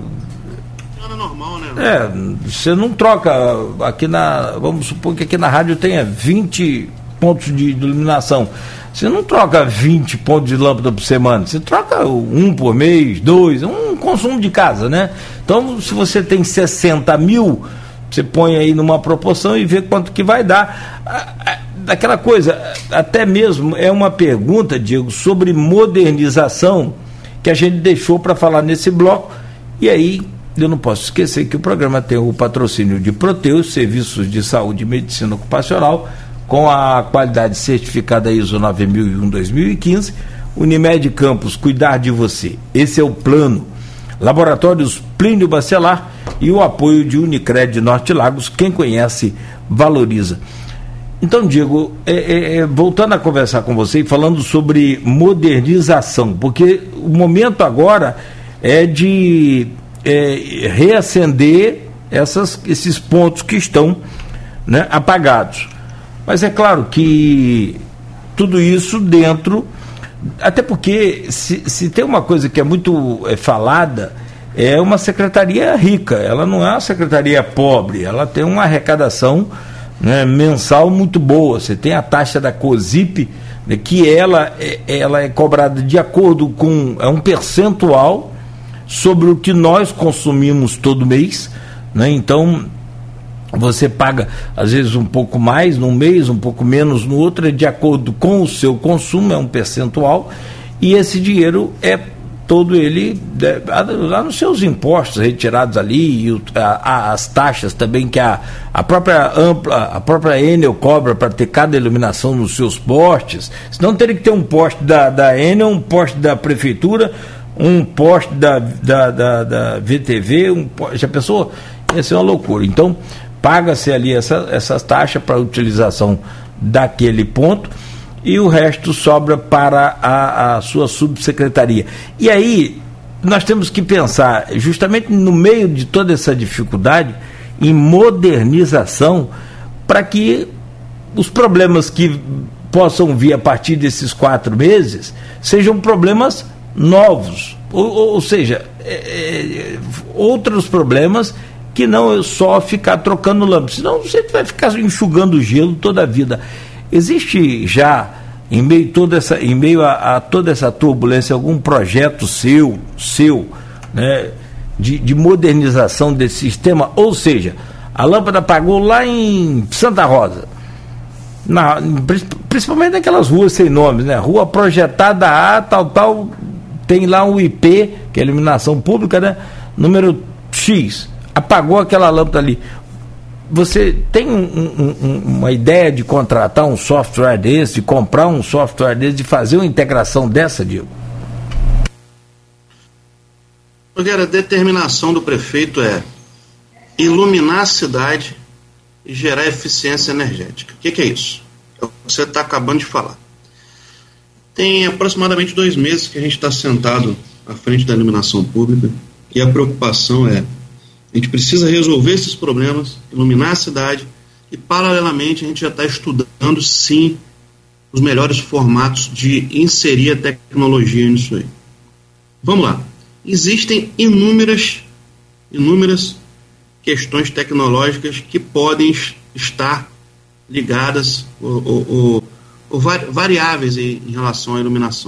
normal, né? É, você não troca aqui na, vamos supor que aqui na rádio tenha vinte pontos de iluminação, você não troca vinte pontos de lâmpada por semana, você troca um por mês, dois, um consumo de casa, né? Então, se você tem sessenta mil, você põe aí numa proporção e vê quanto que vai dar. Aquela coisa, até mesmo é uma pergunta, Diego, sobre modernização, que a gente deixou para falar nesse bloco, e aí eu não posso esquecer que o programa tem o patrocínio de Proteus, Serviços de Saúde e Medicina Ocupacional, com a qualidade certificada I S O nove mil e um dois mil e quinze, Unimed Campos, cuidar de você. Esse é o plano. Laboratórios Plínio Bacelar e o apoio de Unicred Norte Lagos, quem conhece, valoriza. Então, Diego, é, é, voltando a conversar com você e falando sobre modernização, porque o momento agora é de... É, reacender essas, esses pontos que estão, né, apagados. Mas é claro que tudo isso dentro, até porque se, se tem uma coisa que é muito é, falada, é uma secretaria rica, ela não é uma secretaria pobre, ela tem uma arrecadação, né, mensal muito boa. Você tem a taxa da COSIP, né, que ela, é, ela é cobrada de acordo com, é um percentual sobre o que nós consumimos todo mês, né? Então você paga às vezes um pouco mais num mês, um pouco menos no outro, é de acordo com o seu consumo, é um percentual, e esse dinheiro é todo ele é, lá nos seus impostos retirados ali, e a, a, as taxas também que a, a própria ampla, a própria Enel cobra para ter cada iluminação nos seus postes. Senão teria que ter um poste da, da Enel, um poste da prefeitura, um poste da, da, da, da V T V, um poste, já pensou? Ia ser uma loucura. Então, paga-se ali essa, essas taxas para a utilização daquele ponto e o resto sobra para a, a sua subsecretaria. E aí, nós temos que pensar, justamente no meio de toda essa dificuldade, em modernização, para que os problemas que possam vir a partir desses quatro meses sejam problemas novos, ou, ou seja, é, é, outros problemas que não é só ficar trocando lâmpada, senão você vai ficar enxugando gelo toda a vida. Existe já, em meio, toda essa, em meio a, a toda essa turbulência, algum projeto seu, seu, né, de, de modernização desse sistema? Ou seja, a lâmpada apagou lá em Santa Rosa, na, principalmente naquelas ruas sem nomes, né? Rua projetada A, tal, tal, tem lá um I P, que é a iluminação pública, né? Número X, apagou aquela lâmpada ali. Você tem um, um, um, uma ideia de contratar um software desse, de comprar um software desse, de fazer uma integração dessa, Diego? Porque a determinação do prefeito é iluminar a cidade e gerar eficiência energética. O que, que é isso? É o que você está acabando de falar. Tem aproximadamente dois meses que a gente está sentado à frente da iluminação pública e a preocupação é: a gente precisa resolver esses problemas, iluminar a cidade e, paralelamente, a gente já está estudando, sim, os melhores formatos de inserir a tecnologia nisso aí. Vamos lá. Existem inúmeras, inúmeras questões tecnológicas que podem estar ligadas ou, ou, variáveis aí em relação à iluminação.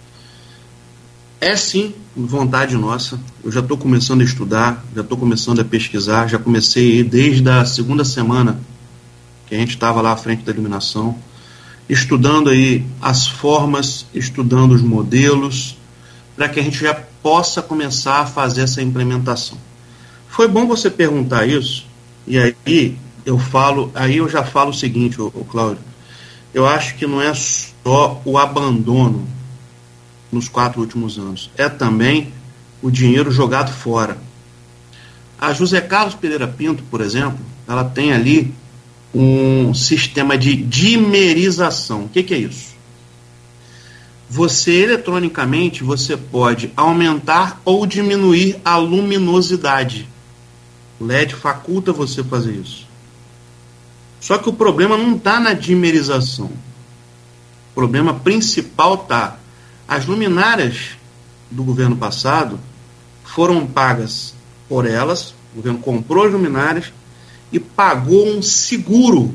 É sim vontade nossa, eu já estou começando a estudar, já estou começando a pesquisar, já comecei aí desde a segunda semana que a gente estava lá à frente da iluminação, estudando aí as formas, estudando os modelos, para que a gente já possa começar a fazer essa implementação. Foi bom você perguntar isso, e aí eu falo, aí eu já falo o seguinte, ô, ô Cláudio, eu acho que não é só o abandono nos quatro últimos anos, é também o dinheiro jogado fora. A José Carlos Pereira Pinto, por exemplo, ela tem ali um sistema de dimerização. O que, que é isso? Você, eletronicamente, você pode aumentar ou diminuir a luminosidade. O L E D faculta você fazer isso. Só que o problema não está na dimerização. O problema principal está: as luminárias do governo passado foram pagas por elas, o governo comprou as luminárias e pagou um seguro,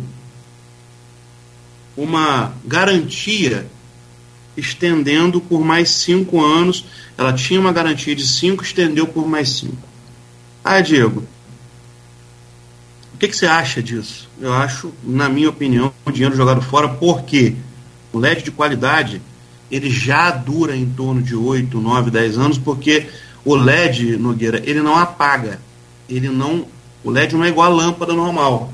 uma garantia, estendendo por mais cinco anos. Ela tinha uma garantia de cinco, estendeu por mais cinco. Ah, Diego, o que, que você acha disso? Eu acho, na minha opinião, o dinheiro jogado fora, porque o L E D de qualidade ele já dura em torno de oito, nove, dez anos, porque o L E D, Nogueira, ele não apaga. Ele não, o L E D não é igual a lâmpada normal.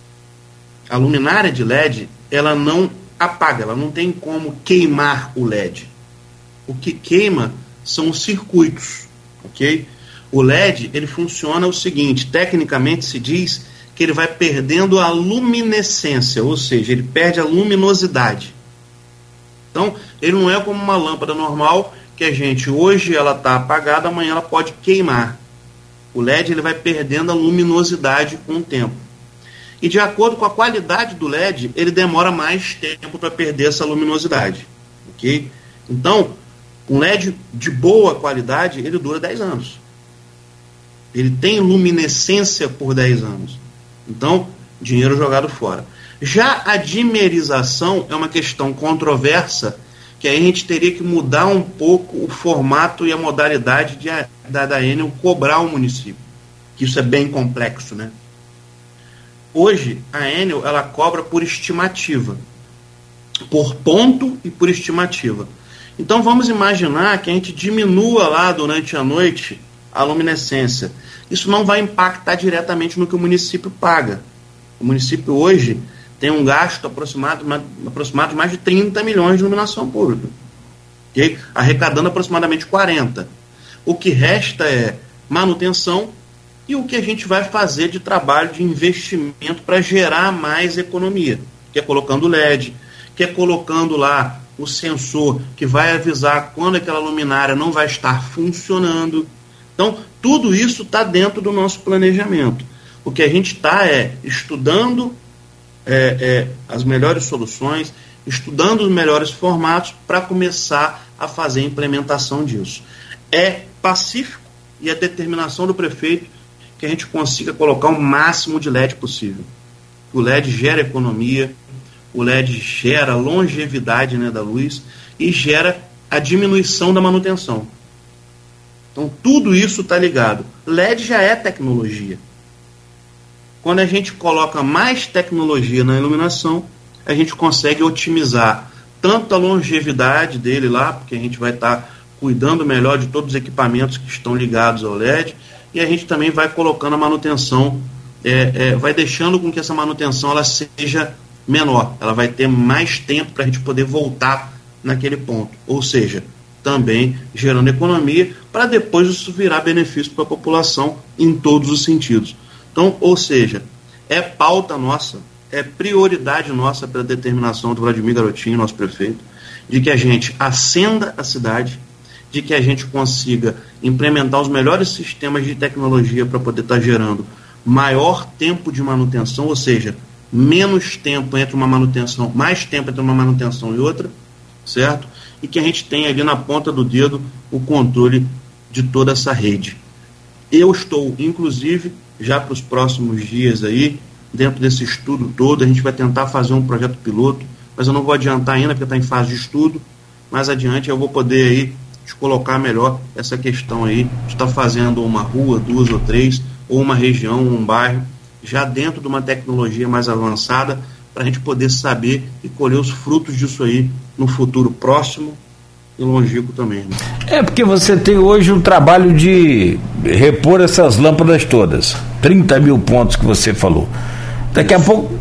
A luminária de L E D, ela não apaga, ela não tem como queimar o L E D. O que queima são os circuitos, ok? O L E D, ele funciona o seguinte, tecnicamente se diz que ele vai perdendo a luminescência, ou seja, ele perde a luminosidade. Então, ele não é como uma lâmpada normal, que a gente, hoje ela está apagada, amanhã ela pode queimar. O L E D ele vai perdendo a luminosidade com o tempo. E de acordo com a qualidade do L E D, ele demora mais tempo para perder essa luminosidade. Okay? Então, um L E D de boa qualidade, ele dura dez anos. Ele tem luminescência por dez anos. Então, dinheiro jogado fora. Já a dimerização é uma questão controversa, que aí a gente teria que mudar um pouco o formato e a modalidade de a, da, da Enel cobrar o município. Que isso é bem complexo, né? Hoje, a Enel, ela cobra por estimativa. Por ponto e por estimativa. Então, vamos imaginar que a gente diminua lá durante a noite a luminescência. Isso não vai impactar diretamente no que o município paga. O município hoje tem um gasto aproximado, aproximado de mais de trinta milhões de iluminação pública, okay? Arrecadando aproximadamente quarenta. O que resta é manutenção e o que a gente vai fazer de trabalho de investimento para gerar mais economia, que é colocando L E D, que é colocando lá o sensor que vai avisar quando aquela luminária não vai estar funcionando. Então, tudo isso está dentro do nosso planejamento. O que a gente está é estudando é, é, as melhores soluções, estudando os melhores formatos para começar a fazer a implementação disso. É pacífico e a determinação do prefeito que a gente consiga colocar o máximo de L E D possível. O L E D gera economia, o L E D gera longevidade, né, da luz e gera a diminuição da manutenção. Então, tudo isso está ligado. L E D já é tecnologia. Quando a gente coloca mais tecnologia na iluminação, a gente consegue otimizar tanto a longevidade dele lá, porque a gente vai estar tá cuidando melhor de todos os equipamentos que estão ligados ao L E D, e a gente também vai colocando a manutenção, é, é, vai deixando com que essa manutenção ela seja menor, ela vai ter mais tempo para a gente poder voltar naquele ponto. Ou seja, também gerando economia, para depois isso virar benefício para a população em todos os sentidos. Então, ou seja, é pauta nossa, é prioridade nossa pela determinação do Vladimir Garotinho, nosso prefeito, de que a gente acenda a cidade, de que a gente consiga implementar os melhores sistemas de tecnologia para poder estar tá gerando maior tempo de manutenção, ou seja, menos tempo entre uma manutenção, mais tempo entre uma manutenção e outra, certo? E que a gente tenha ali na ponta do dedo o controle de toda essa rede. Eu estou, inclusive, já para os próximos dias aí, dentro desse estudo todo, a gente vai tentar fazer um projeto piloto mas eu não vou adiantar ainda porque está em fase de estudo. Mais adiante eu vou poder aí te colocar melhor essa questão aí de estar fazendo uma rua, duas ou três, ou uma região, um bairro, já dentro de uma tecnologia mais avançada, para a gente poder saber e colher os frutos disso aí no futuro próximo e longínquo também. Né? É porque você tem hoje o trabalho de repor essas lâmpadas todas, trinta mil pontos que você falou. Daqui a pouco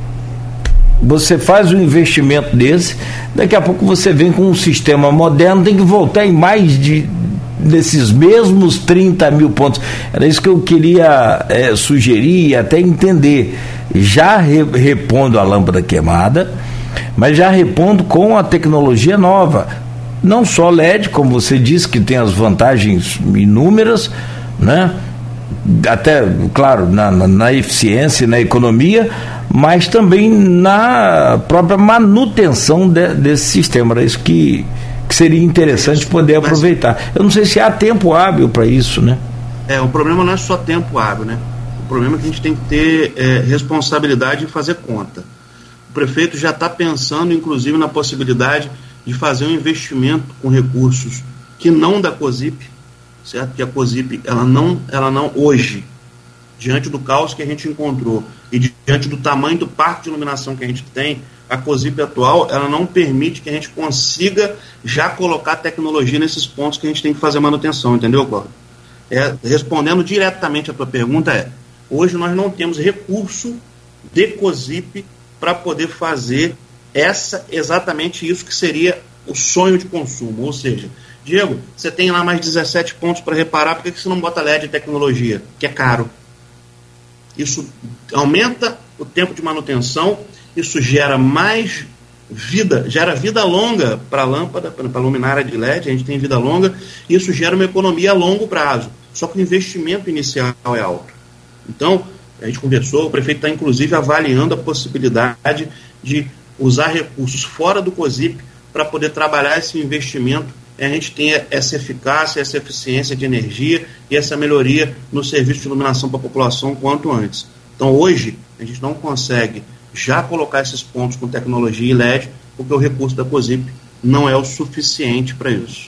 você faz um investimento desse, daqui a pouco você vem com um sistema moderno, tem que voltar em mais de desses mesmos trinta mil pontos. Era isso que eu queria é, sugerir e até entender, já re, repondo a lâmpada queimada, mas já repondo com a tecnologia nova, não só L E D, como você disse, que tem as vantagens inúmeras, né? Até, claro, na, na, na eficiência, na economia, mas também na própria manutenção de, desse sistema. Era isso que, que seria interessante poder aproveitar. Eu não sei se há tempo hábil para isso, né? É, o problema não é só tempo hábil, né? O problema é que a gente tem que ter é, responsabilidade de fazer conta. O prefeito já está pensando, inclusive, na possibilidade de fazer um investimento com recursos que não da COSIP, certo? Que a COSIP, ela não, ela não hoje, diante do caos que a gente encontrou e diante do tamanho do parque de iluminação que a gente tem, a COSIP atual, ela não permite que a gente consiga já colocar tecnologia nesses pontos que a gente tem que fazer manutenção, entendeu, Cláudio? É, respondendo diretamente a tua pergunta, é, hoje nós não temos recurso de COSIP para poder fazer essa, exatamente isso que seria o sonho de consumo, ou seja, Diego, você tem lá mais dezessete pontos para reparar, por que você não bota L E D de tecnologia? Que é caro. Isso aumenta o tempo de manutenção, isso gera mais vida, gera vida longa para a lâmpada, para a luminária de L E D, a gente tem vida longa, e isso gera uma economia a longo prazo, só que o investimento inicial é alto. Então, a gente conversou, o prefeito está inclusive avaliando a possibilidade de usar recursos fora do COSIP para poder trabalhar esse investimento e a gente tenha essa eficácia, essa eficiência de energia e essa melhoria no serviço de iluminação para a população quanto antes. Então hoje a gente não consegue já colocar esses pontos com tecnologia e L E D porque o recurso da COSIP não é o suficiente para isso.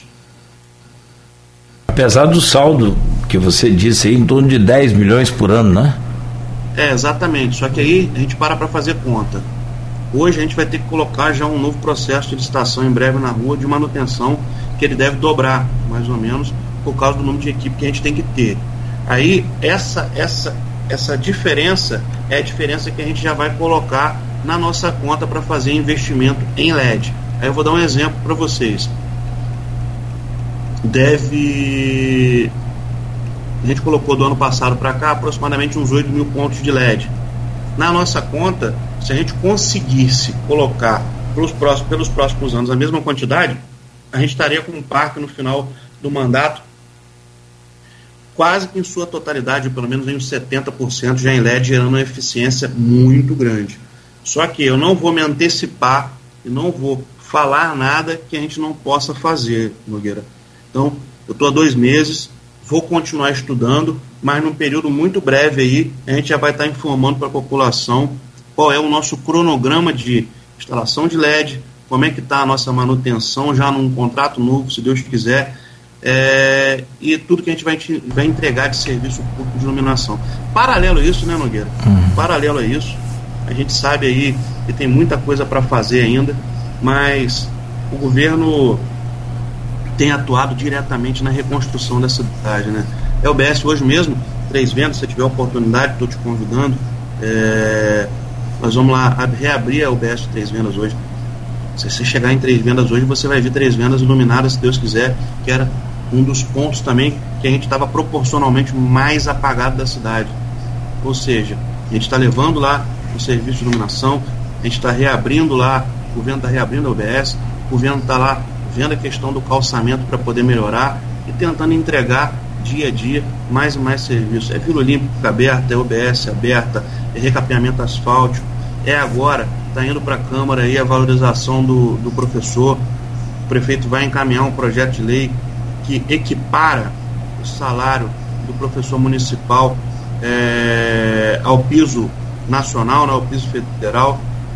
Apesar do saldo que você disse aí, em torno de dez milhões por ano, né? É, exatamente, só que aí a gente para para fazer conta. Hoje a gente vai ter que colocar já um novo processo de licitação em breve na rua de manutenção, que ele deve dobrar, mais ou menos, por causa do número de equipe que a gente tem que ter. Aí, essa, essa, essa diferença é a diferença que a gente já vai colocar na nossa conta para fazer investimento em L E D. Aí eu vou dar um exemplo para vocês. Deve... A gente colocou do ano passado para cá aproximadamente uns oito mil pontos de L E D. Na nossa conta, se a gente conseguisse colocar pelos próximos, pelos próximos anos a mesma quantidade, a gente estaria com um parque no final do mandato quase que em sua totalidade, pelo menos em uns setenta por cento já em L E D, gerando uma eficiência muito grande. Só que eu não vou me antecipar e não vou falar nada que a gente não possa fazer, Nogueira. Então, eu estou há dois meses, vou continuar estudando, mas num período muito breve aí, a gente já vai estar informando para a população qual é o nosso cronograma de instalação de L E D, como é que está a nossa manutenção já num contrato novo, se Deus quiser, é, e tudo que a gente vai, vai entregar de serviço público de iluminação. Paralelo a isso, né, Nogueira? Uhum. Paralelo a isso, a gente sabe aí que tem muita coisa para fazer ainda, mas o governo tem atuado diretamente na reconstrução da cidade, né? É o B S hoje mesmo, Três Vendas, se tiver oportunidade, estou te convidando. É, nós vamos lá reabrir a U B S Três Vendas hoje. Se você chegar em Três Vendas hoje, você vai ver Três Vendas iluminadas, se Deus quiser, que era um dos pontos também que a gente estava proporcionalmente mais apagado da cidade. Ou seja, a gente está levando lá o serviço de iluminação, a gente está reabrindo lá, o governo está reabrindo a U B S, o governo está lá vendo a questão do calçamento para poder melhorar e tentando entregar dia a dia mais e mais serviços. É Vila Olímpica aberta, é U B S aberta, é recapeamento asfáltico, é agora, está indo para a Câmara aí a valorização do, do professor. O prefeito vai encaminhar um projeto de lei que equipara o salário do professor municipal é, ao piso nacional, né, ao piso federal.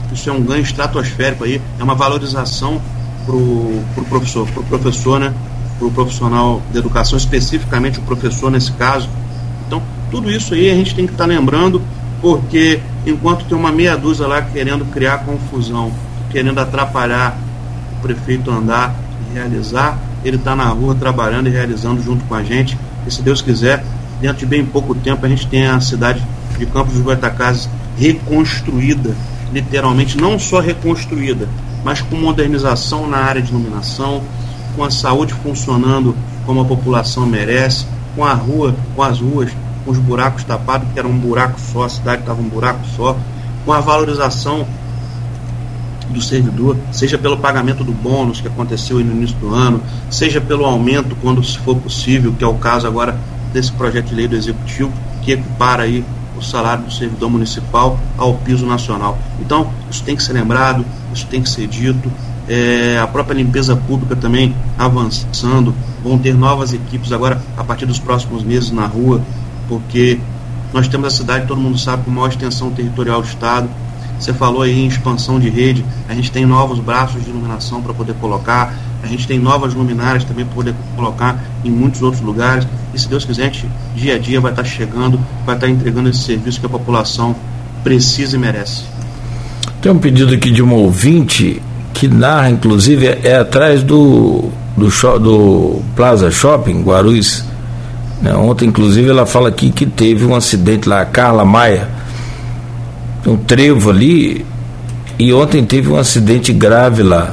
isso é um ganho estratosférico aí, é uma valorização pro, pro professor, pro professor, né? Pro profissional de educação, especificamente o professor nesse caso. Então, tudo isso aí a gente tem que estar lembrando, porque enquanto tem uma meia dúzia lá querendo criar confusão, querendo atrapalhar o prefeito andar e realizar, ele está na rua trabalhando e realizando junto com a gente, e se Deus quiser, dentro de bem pouco tempo a gente tem a cidade de Campos dos Goytacazes reconstruída, literalmente, não só reconstruída, mas com modernização na área de iluminação, com a saúde funcionando como a população merece, com a rua, com as ruas, com os buracos tapados, que era um buraco só, a cidade estava um buraco só, com a valorização do servidor, seja pelo pagamento do bônus que aconteceu no início do ano, seja pelo aumento, quando se for possível, que é o caso agora desse projeto de lei do Executivo, que equipara aí o salário do servidor municipal ao piso nacional. Então, isso tem que ser lembrado, isso tem que ser dito. É, a própria limpeza pública também avançando, vão ter novas equipes agora a partir dos próximos meses na rua, porque nós temos a cidade, todo mundo sabe, com maior extensão territorial do estado. Você falou aí em expansão de rede, a gente tem novos braços de iluminação para poder colocar, a gente tem novas luminárias também para poder colocar em muitos outros lugares, e se Deus quiser, a gente dia a dia vai estar chegando, vai estar entregando esse serviço que a população precisa e merece. Tem um pedido aqui de uma ouvinte que narra, inclusive, é, é atrás do, do, show, do Plaza Shopping, Guarulhos. Né? Ontem, inclusive, ela fala aqui que teve um acidente lá, a Carla Maia, um trevo ali, e ontem teve um acidente grave lá.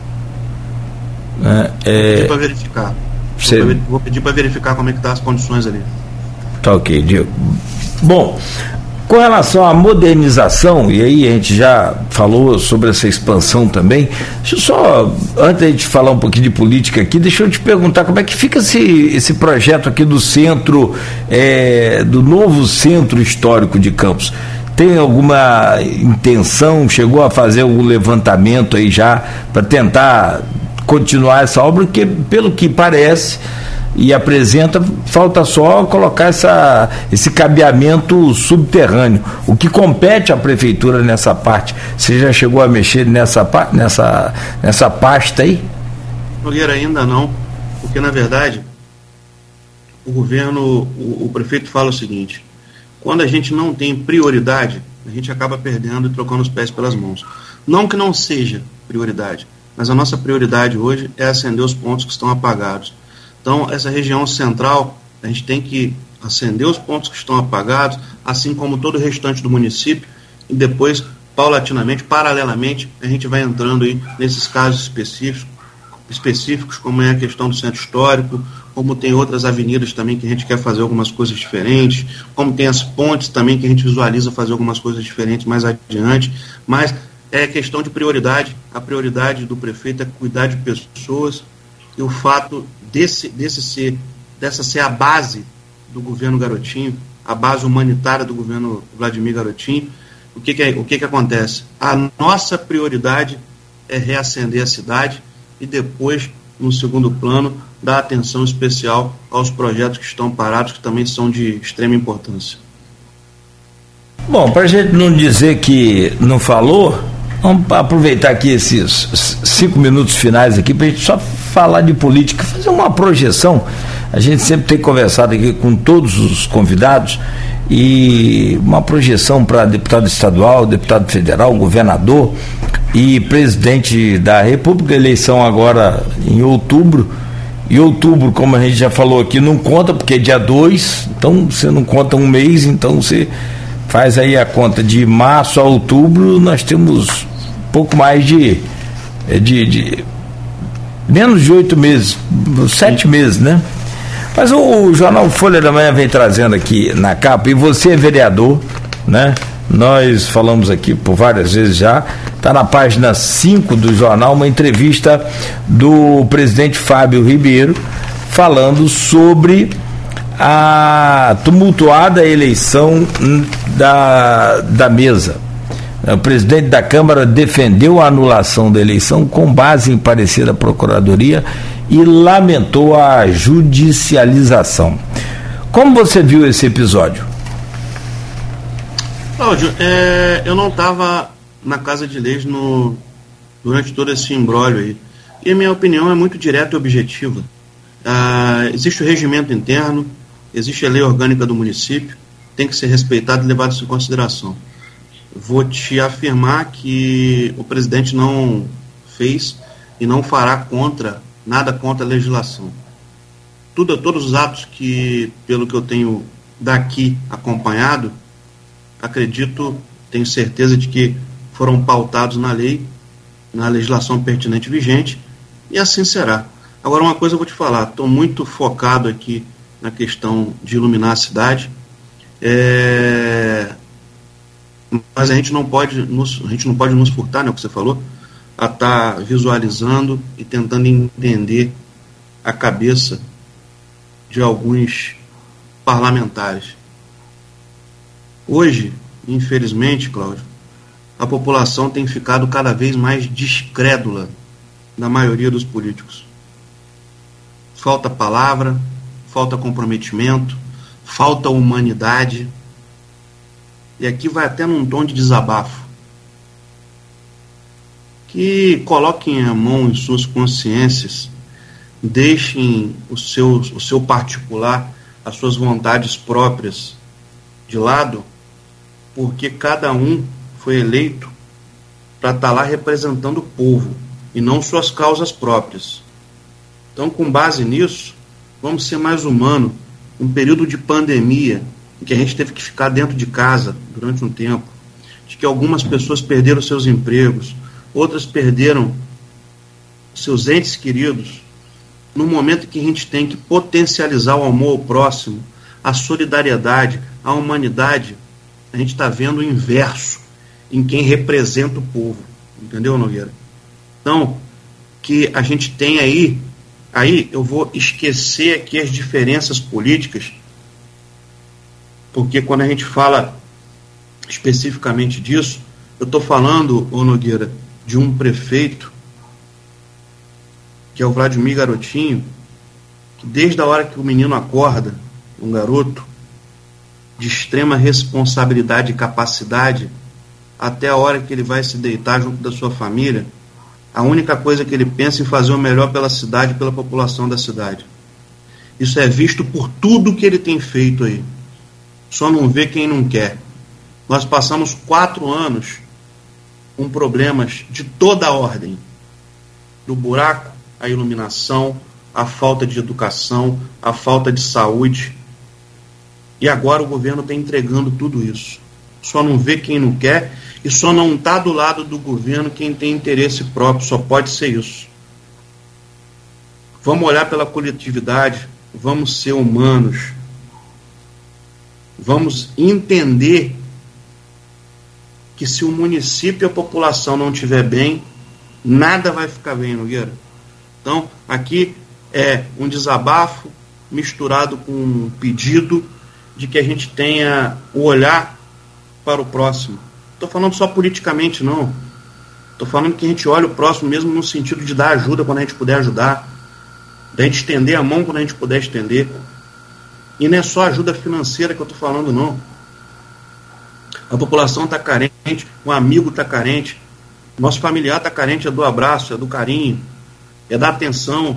Né? É, vou pedir para verificar. Você... Vou pedir para verificar como é que estão as condições ali. Tá ok, Diego. Bom, com relação à modernização, e aí a gente já falou sobre essa expansão também, deixa eu só, antes de falar um pouquinho de política aqui, deixa eu te perguntar como é que fica esse, esse projeto aqui do centro, é, do novo centro histórico de Campos. Tem alguma intenção, chegou a fazer algum levantamento aí já para tentar continuar essa obra, que pelo que parece e apresenta, falta só colocar essa, esse cabeamento subterrâneo. O que compete à prefeitura nessa parte? Você já chegou a mexer nessa, nessa, nessa pasta aí? Nogueira, ainda não, porque na verdade o governo, o, o prefeito fala o seguinte: quando a gente não tem prioridade, a gente acaba perdendo e trocando os pés pelas mãos. Não que não seja prioridade, mas a nossa prioridade hoje é acender os pontos que estão apagados. Então, essa região central, a gente tem que acender os pontos que estão apagados, assim como todo o restante do município, e depois, paulatinamente, paralelamente, a gente vai entrando aí nesses casos específicos, específicos, como é a questão do centro histórico, como tem outras avenidas também que a gente quer fazer algumas coisas diferentes, como tem as pontes também que a gente visualiza fazer algumas coisas diferentes mais adiante, mas é questão de prioridade. A prioridade do prefeito é cuidar de pessoas, e o fato desse, desse ser, dessa ser a base do governo Garotinho, a base humanitária do governo Vladimir Garotinho, o que que, é, o que que acontece? A nossa prioridade é reacender a cidade e depois, no segundo plano, dar atenção especial aos projetos que estão parados, que também são de extrema importância. Bom, para a gente não dizer que não falou, vamos aproveitar aqui esses cinco minutos finais aqui para a gente só falar de política, fazer uma projeção. A gente sempre tem conversado aqui com todos os convidados, e uma projeção para deputado estadual, deputado federal, governador e presidente da República. Eleição agora em outubro, e outubro, como a gente já falou aqui, não conta porque é dia dois, então você não conta um mês, então você faz aí a conta de março a outubro, nós temos pouco mais de, de, de menos de oito meses, sete meses, né? Mas o jornal Folha da Manhã vem trazendo aqui na capa, e você é vereador, né? Nós falamos aqui por várias vezes já, está na página cinco do jornal, uma entrevista do presidente Fábio Ribeiro, falando sobre a tumultuada eleição da, da mesa. O presidente da Câmara defendeu a anulação da eleição com base em parecer da Procuradoria e lamentou a judicialização. Como você viu esse episódio? Cláudio, é, eu não estava na Casa de Leis no, durante todo esse imbróglio aí. E a minha opinião é muito direta e objetiva. Ah, existe o regimento interno, existe a lei orgânica do município, tem que ser respeitado e levado isso em consideração. Vou te afirmar que o presidente não fez e não fará contra, nada contra a legislação. Tudo, todos os atos que, pelo que eu tenho daqui acompanhado, acredito, tenho certeza de que foram pautados na lei, na legislação pertinente vigente, e assim será. Agora, uma coisa eu vou te falar, estou muito focado aqui na questão de iluminar a cidade, é... mas a gente não pode nos, a gente não pode nos furtar, né, o que você falou, a estar tá visualizando e tentando entender a cabeça de alguns parlamentares. Hoje, infelizmente, Cláudio, a população tem ficado cada vez mais descrédula da maioria dos políticos. Falta palavra, falta comprometimento, falta humanidade. E aqui vai até num tom de desabafo. Que coloquem a mão em suas consciências, deixem o seu, o seu particular, as suas vontades próprias de lado, porque cada um foi eleito para estar lá representando o povo e não suas causas próprias. Então, com base nisso, vamos ser mais humanos. Um período de pandemia em que a gente teve que ficar dentro de casa durante um tempo, de que algumas pessoas perderam seus empregos, outras perderam seus entes queridos, no momento que a gente tem que potencializar o amor ao próximo, a solidariedade, a humanidade, a gente está vendo o inverso em quem representa o povo. Entendeu, Nogueira? Então, que a gente tem aí, aí eu vou esquecer aqui as diferenças políticas, porque quando a gente fala especificamente disso, eu estou falando, ô Nogueira, de um prefeito, que é o Vladimir Garotinho, que desde a hora que o menino acorda, um garoto, de extrema responsabilidade e capacidade, até a hora que ele vai se deitar junto da sua família, a única coisa que ele pensa é em fazer o melhor pela cidade e pela população da cidade. Isso é visto por tudo que ele tem feito aí. Só não vê quem não quer. Nós passamos quatro anos com problemas de toda a ordem. Do buraco, a iluminação, a falta de educação, a falta de saúde. E agora o governo está entregando tudo isso. Só não vê quem não quer e só não está do lado do governo quem tem interesse próprio. Só pode ser isso. Vamos olhar pela coletividade, vamos ser humanos. Vamos entender que se o município e a população não estiver bem, nada vai ficar bem, Nogueira. Então, aqui é um desabafo misturado com um pedido de que a gente tenha o olhar para o próximo. Não estou falando só politicamente, não. Estou falando que a gente olhe o próximo mesmo no sentido de dar ajuda quando a gente puder ajudar, da gente estender a mão quando a gente puder estender. E não é só ajuda financeira que eu estou falando, não. A população está carente, o amigo está carente, nosso familiar está carente, é do abraço, é do carinho, é da atenção.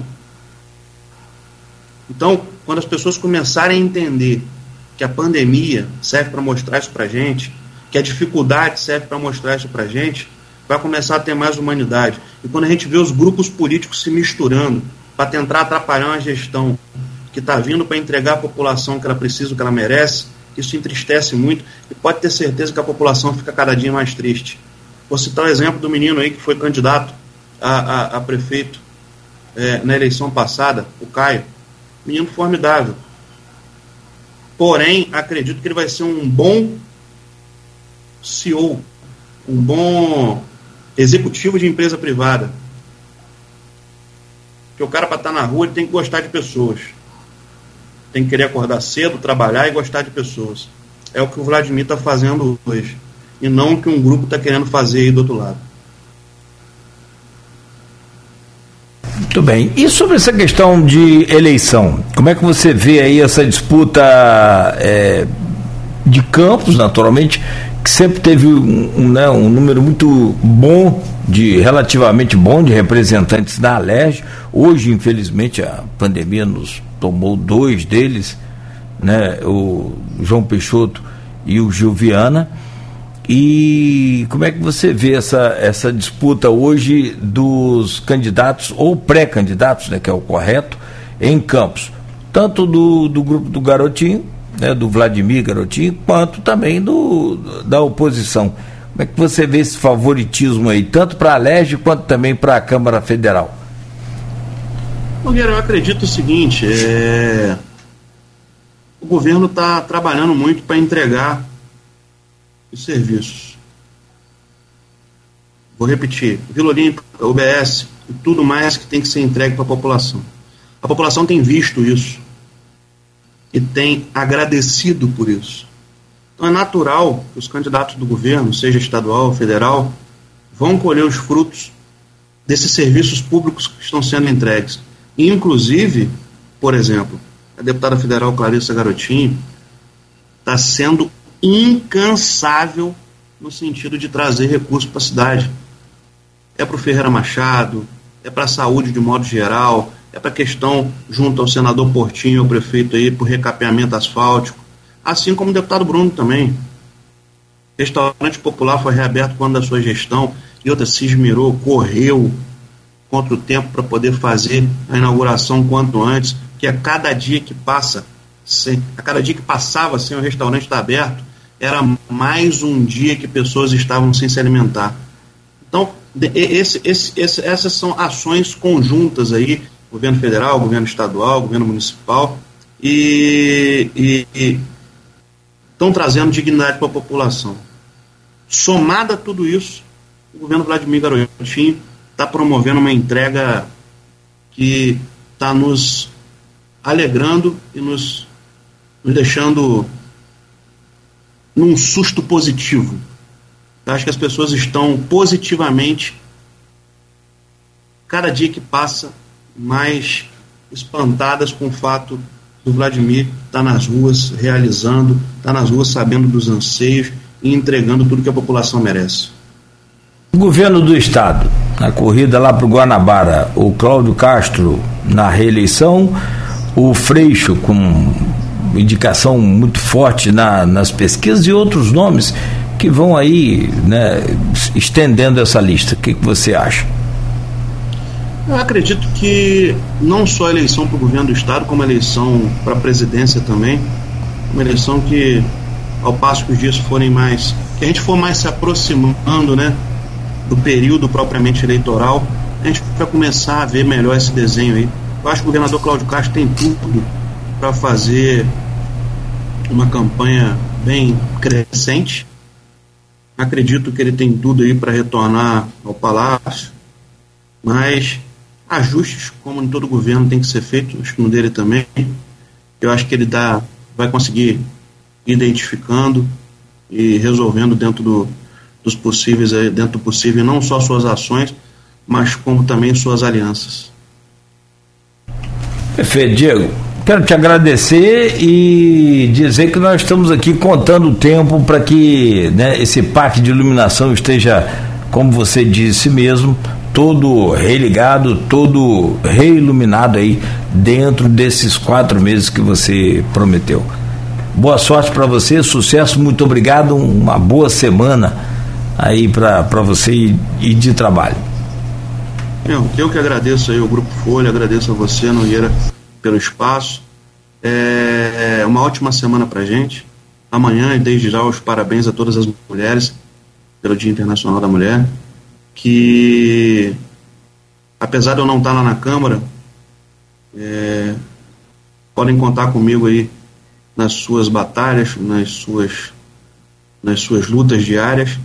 Então, quando as pessoas começarem a entender que a pandemia serve para mostrar isso para a gente, que a dificuldade serve para mostrar isso para a gente, vai começar a ter mais humanidade. E quando a gente vê os grupos políticos se misturando para tentar atrapalhar uma gestão que está vindo para entregar à população o que ela precisa, o que ela merece, isso entristece muito e pode ter certeza que a população fica cada dia mais triste. Vou citar o exemplo do menino aí que foi candidato a, a, a prefeito é, na eleição passada, o Caio. Menino formidável. Porém, acredito que ele vai ser um bom C E O, um bom executivo de empresa privada. Porque o cara, para estar na rua, ele tem que gostar de pessoas. Tem que querer acordar cedo, trabalhar e gostar de pessoas. É o que o Vladimir está fazendo hoje. E não o que um grupo está querendo fazer aí do outro lado. Muito bem. E sobre essa questão de eleição? Como é que você vê aí essa disputa é, de campos, naturalmente, que sempre teve um, um, né, um número muito bom, de relativamente bom, de representantes da Alerj. Hoje, infelizmente, a pandemia nos tomou dois deles, né, o João Peixoto e o Gil Viana. E como é que você vê essa, essa disputa hoje dos candidatos ou pré-candidatos, né, que é o correto, em Campos, tanto do, do grupo do Garotinho, né, do Vladimir Garotinho, quanto também do, da oposição? Como é que você vê esse favoritismo aí, tanto para a Alerj quanto também para a Câmara Federal? Nogueira, eu acredito o seguinte, é... o governo está trabalhando muito para entregar os serviços. Vou repetir, Vila Olímpica, U B S e tudo mais que tem que ser entregue para a população. A população tem visto isso e tem agradecido por isso. Então é natural que os candidatos do governo, seja estadual ou federal, vão colher os frutos desses serviços públicos que estão sendo entregues. E, inclusive, por exemplo, a deputada federal Clarissa Garotinho está sendo incansável no sentido de trazer recursos para a cidade. É para o Ferreira Machado, é para a saúde de modo geral, é para a questão junto ao senador Portinho, ao prefeito aí, por recapeamento asfáltico, assim como o deputado Bruno também. Restaurante Popular foi reaberto quando da sua gestão, e outra se esmerou, correu contra o tempo para poder fazer a inauguração quanto antes, que a cada dia que passa, sem, a cada dia que passava sem o restaurante estar aberto, era mais um dia que pessoas estavam sem se alimentar. Então, esse, esse, esse, essas são ações conjuntas aí, governo federal, governo estadual, governo municipal, e, e, e estão trazendo dignidade para a população. Somado a tudo isso, o governo Vladimir Garotinho está promovendo uma entrega que está nos alegrando e nos, nos deixando num susto positivo. Eu acho que as pessoas estão positivamente, cada dia que passa, mais espantadas com o fato do Vladimir estar nas ruas realizando, estar nas ruas sabendo dos anseios e entregando tudo que a população merece. O governo do estado, na corrida lá para o Guanabara, o Cláudio Castro na reeleição, o Freixo com indicação muito forte na, nas pesquisas e outros nomes que vão aí, né, estendendo essa lista. O que, que você acha? Eu acredito que não só a eleição para o governo do estado, como a eleição para a presidência também, uma eleição que, ao passo que os dias forem mais, que a gente for mais se aproximando, né, do período propriamente eleitoral, a gente vai começar a ver melhor esse desenho aí. Eu acho que o governador Cláudio Castro tem tudo para fazer uma campanha bem crescente. Acredito que ele tem tudo aí para retornar ao Palácio, mas ajustes, como em todo governo, tem que ser feito, acho que no dele também. Eu acho que ele dá, vai conseguir identificando e resolvendo dentro do, dos possíveis, dentro do possível, não só suas ações, mas como também suas alianças. Perfeito, Diego. Quero te agradecer e dizer que nós estamos aqui contando o tempo para que, né, esse parque de iluminação esteja, como você disse mesmo, todo religado, todo reiluminado aí dentro desses quatro meses que você prometeu. Boa sorte para você, sucesso, muito obrigado, uma boa semana aí para você e, e de trabalho. Eu, eu que agradeço aí o Grupo Folha, agradeço a você, Nogueira, pelo espaço. É uma ótima semana pra gente. Amanhã, e desde já, os parabéns a todas as mulheres pelo Dia Internacional da Mulher, que apesar de eu não estar lá na Câmara, é, podem contar comigo aí nas suas batalhas, nas suas, nas suas lutas diárias,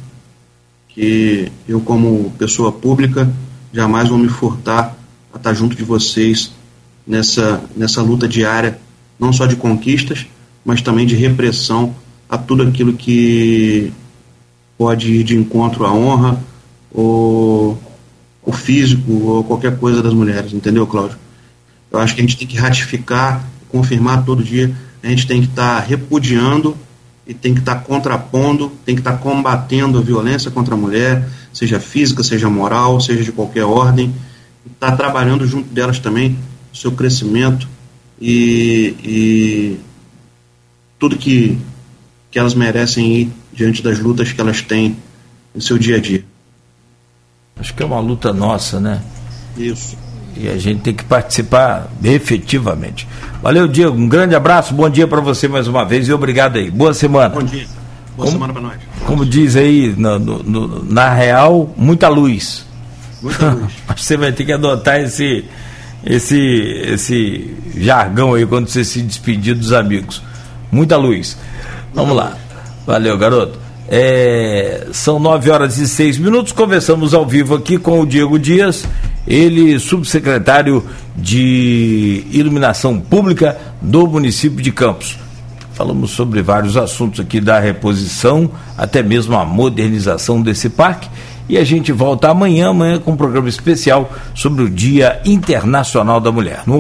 que eu, como pessoa pública, jamais vou me furtar a estar junto de vocês nessa, nessa luta diária, não só de conquistas, mas também de repressão a tudo aquilo que pode ir de encontro à honra, ou o físico, ou qualquer coisa das mulheres, entendeu, Cláudio? Eu acho que a gente tem que ratificar, confirmar todo dia, a gente tem que estar repudiando e tem que estar contrapondo, tem que estar combatendo a violência contra a mulher, seja física, seja moral, seja de qualquer ordem, está trabalhando junto delas também o seu crescimento e, e tudo que, que elas merecem ir diante das lutas que elas têm no seu dia a dia. Acho que é uma luta nossa, né? Isso. E a gente tem que participar efetivamente. Valeu, Diego, um grande abraço, bom dia para você mais uma vez e obrigado aí, boa semana. Bom dia, boa como, semana para nós. Como diz aí, no, no, no, na real, muita luz. Muita luz. Você vai ter que adotar esse, esse, esse jargão aí quando você se despedir dos amigos. Muita luz. Vamos muita lá. Luz. Valeu, garoto. É, são nove horas e seis minutos. Conversamos ao vivo aqui com o Diego Dias, ele subsecretário de Iluminação Pública do município de Campos. Falamos sobre vários assuntos aqui, da reposição, até mesmo a modernização desse parque. E a gente volta amanhã, amanhã com um programa especial sobre o Dia Internacional da Mulher. No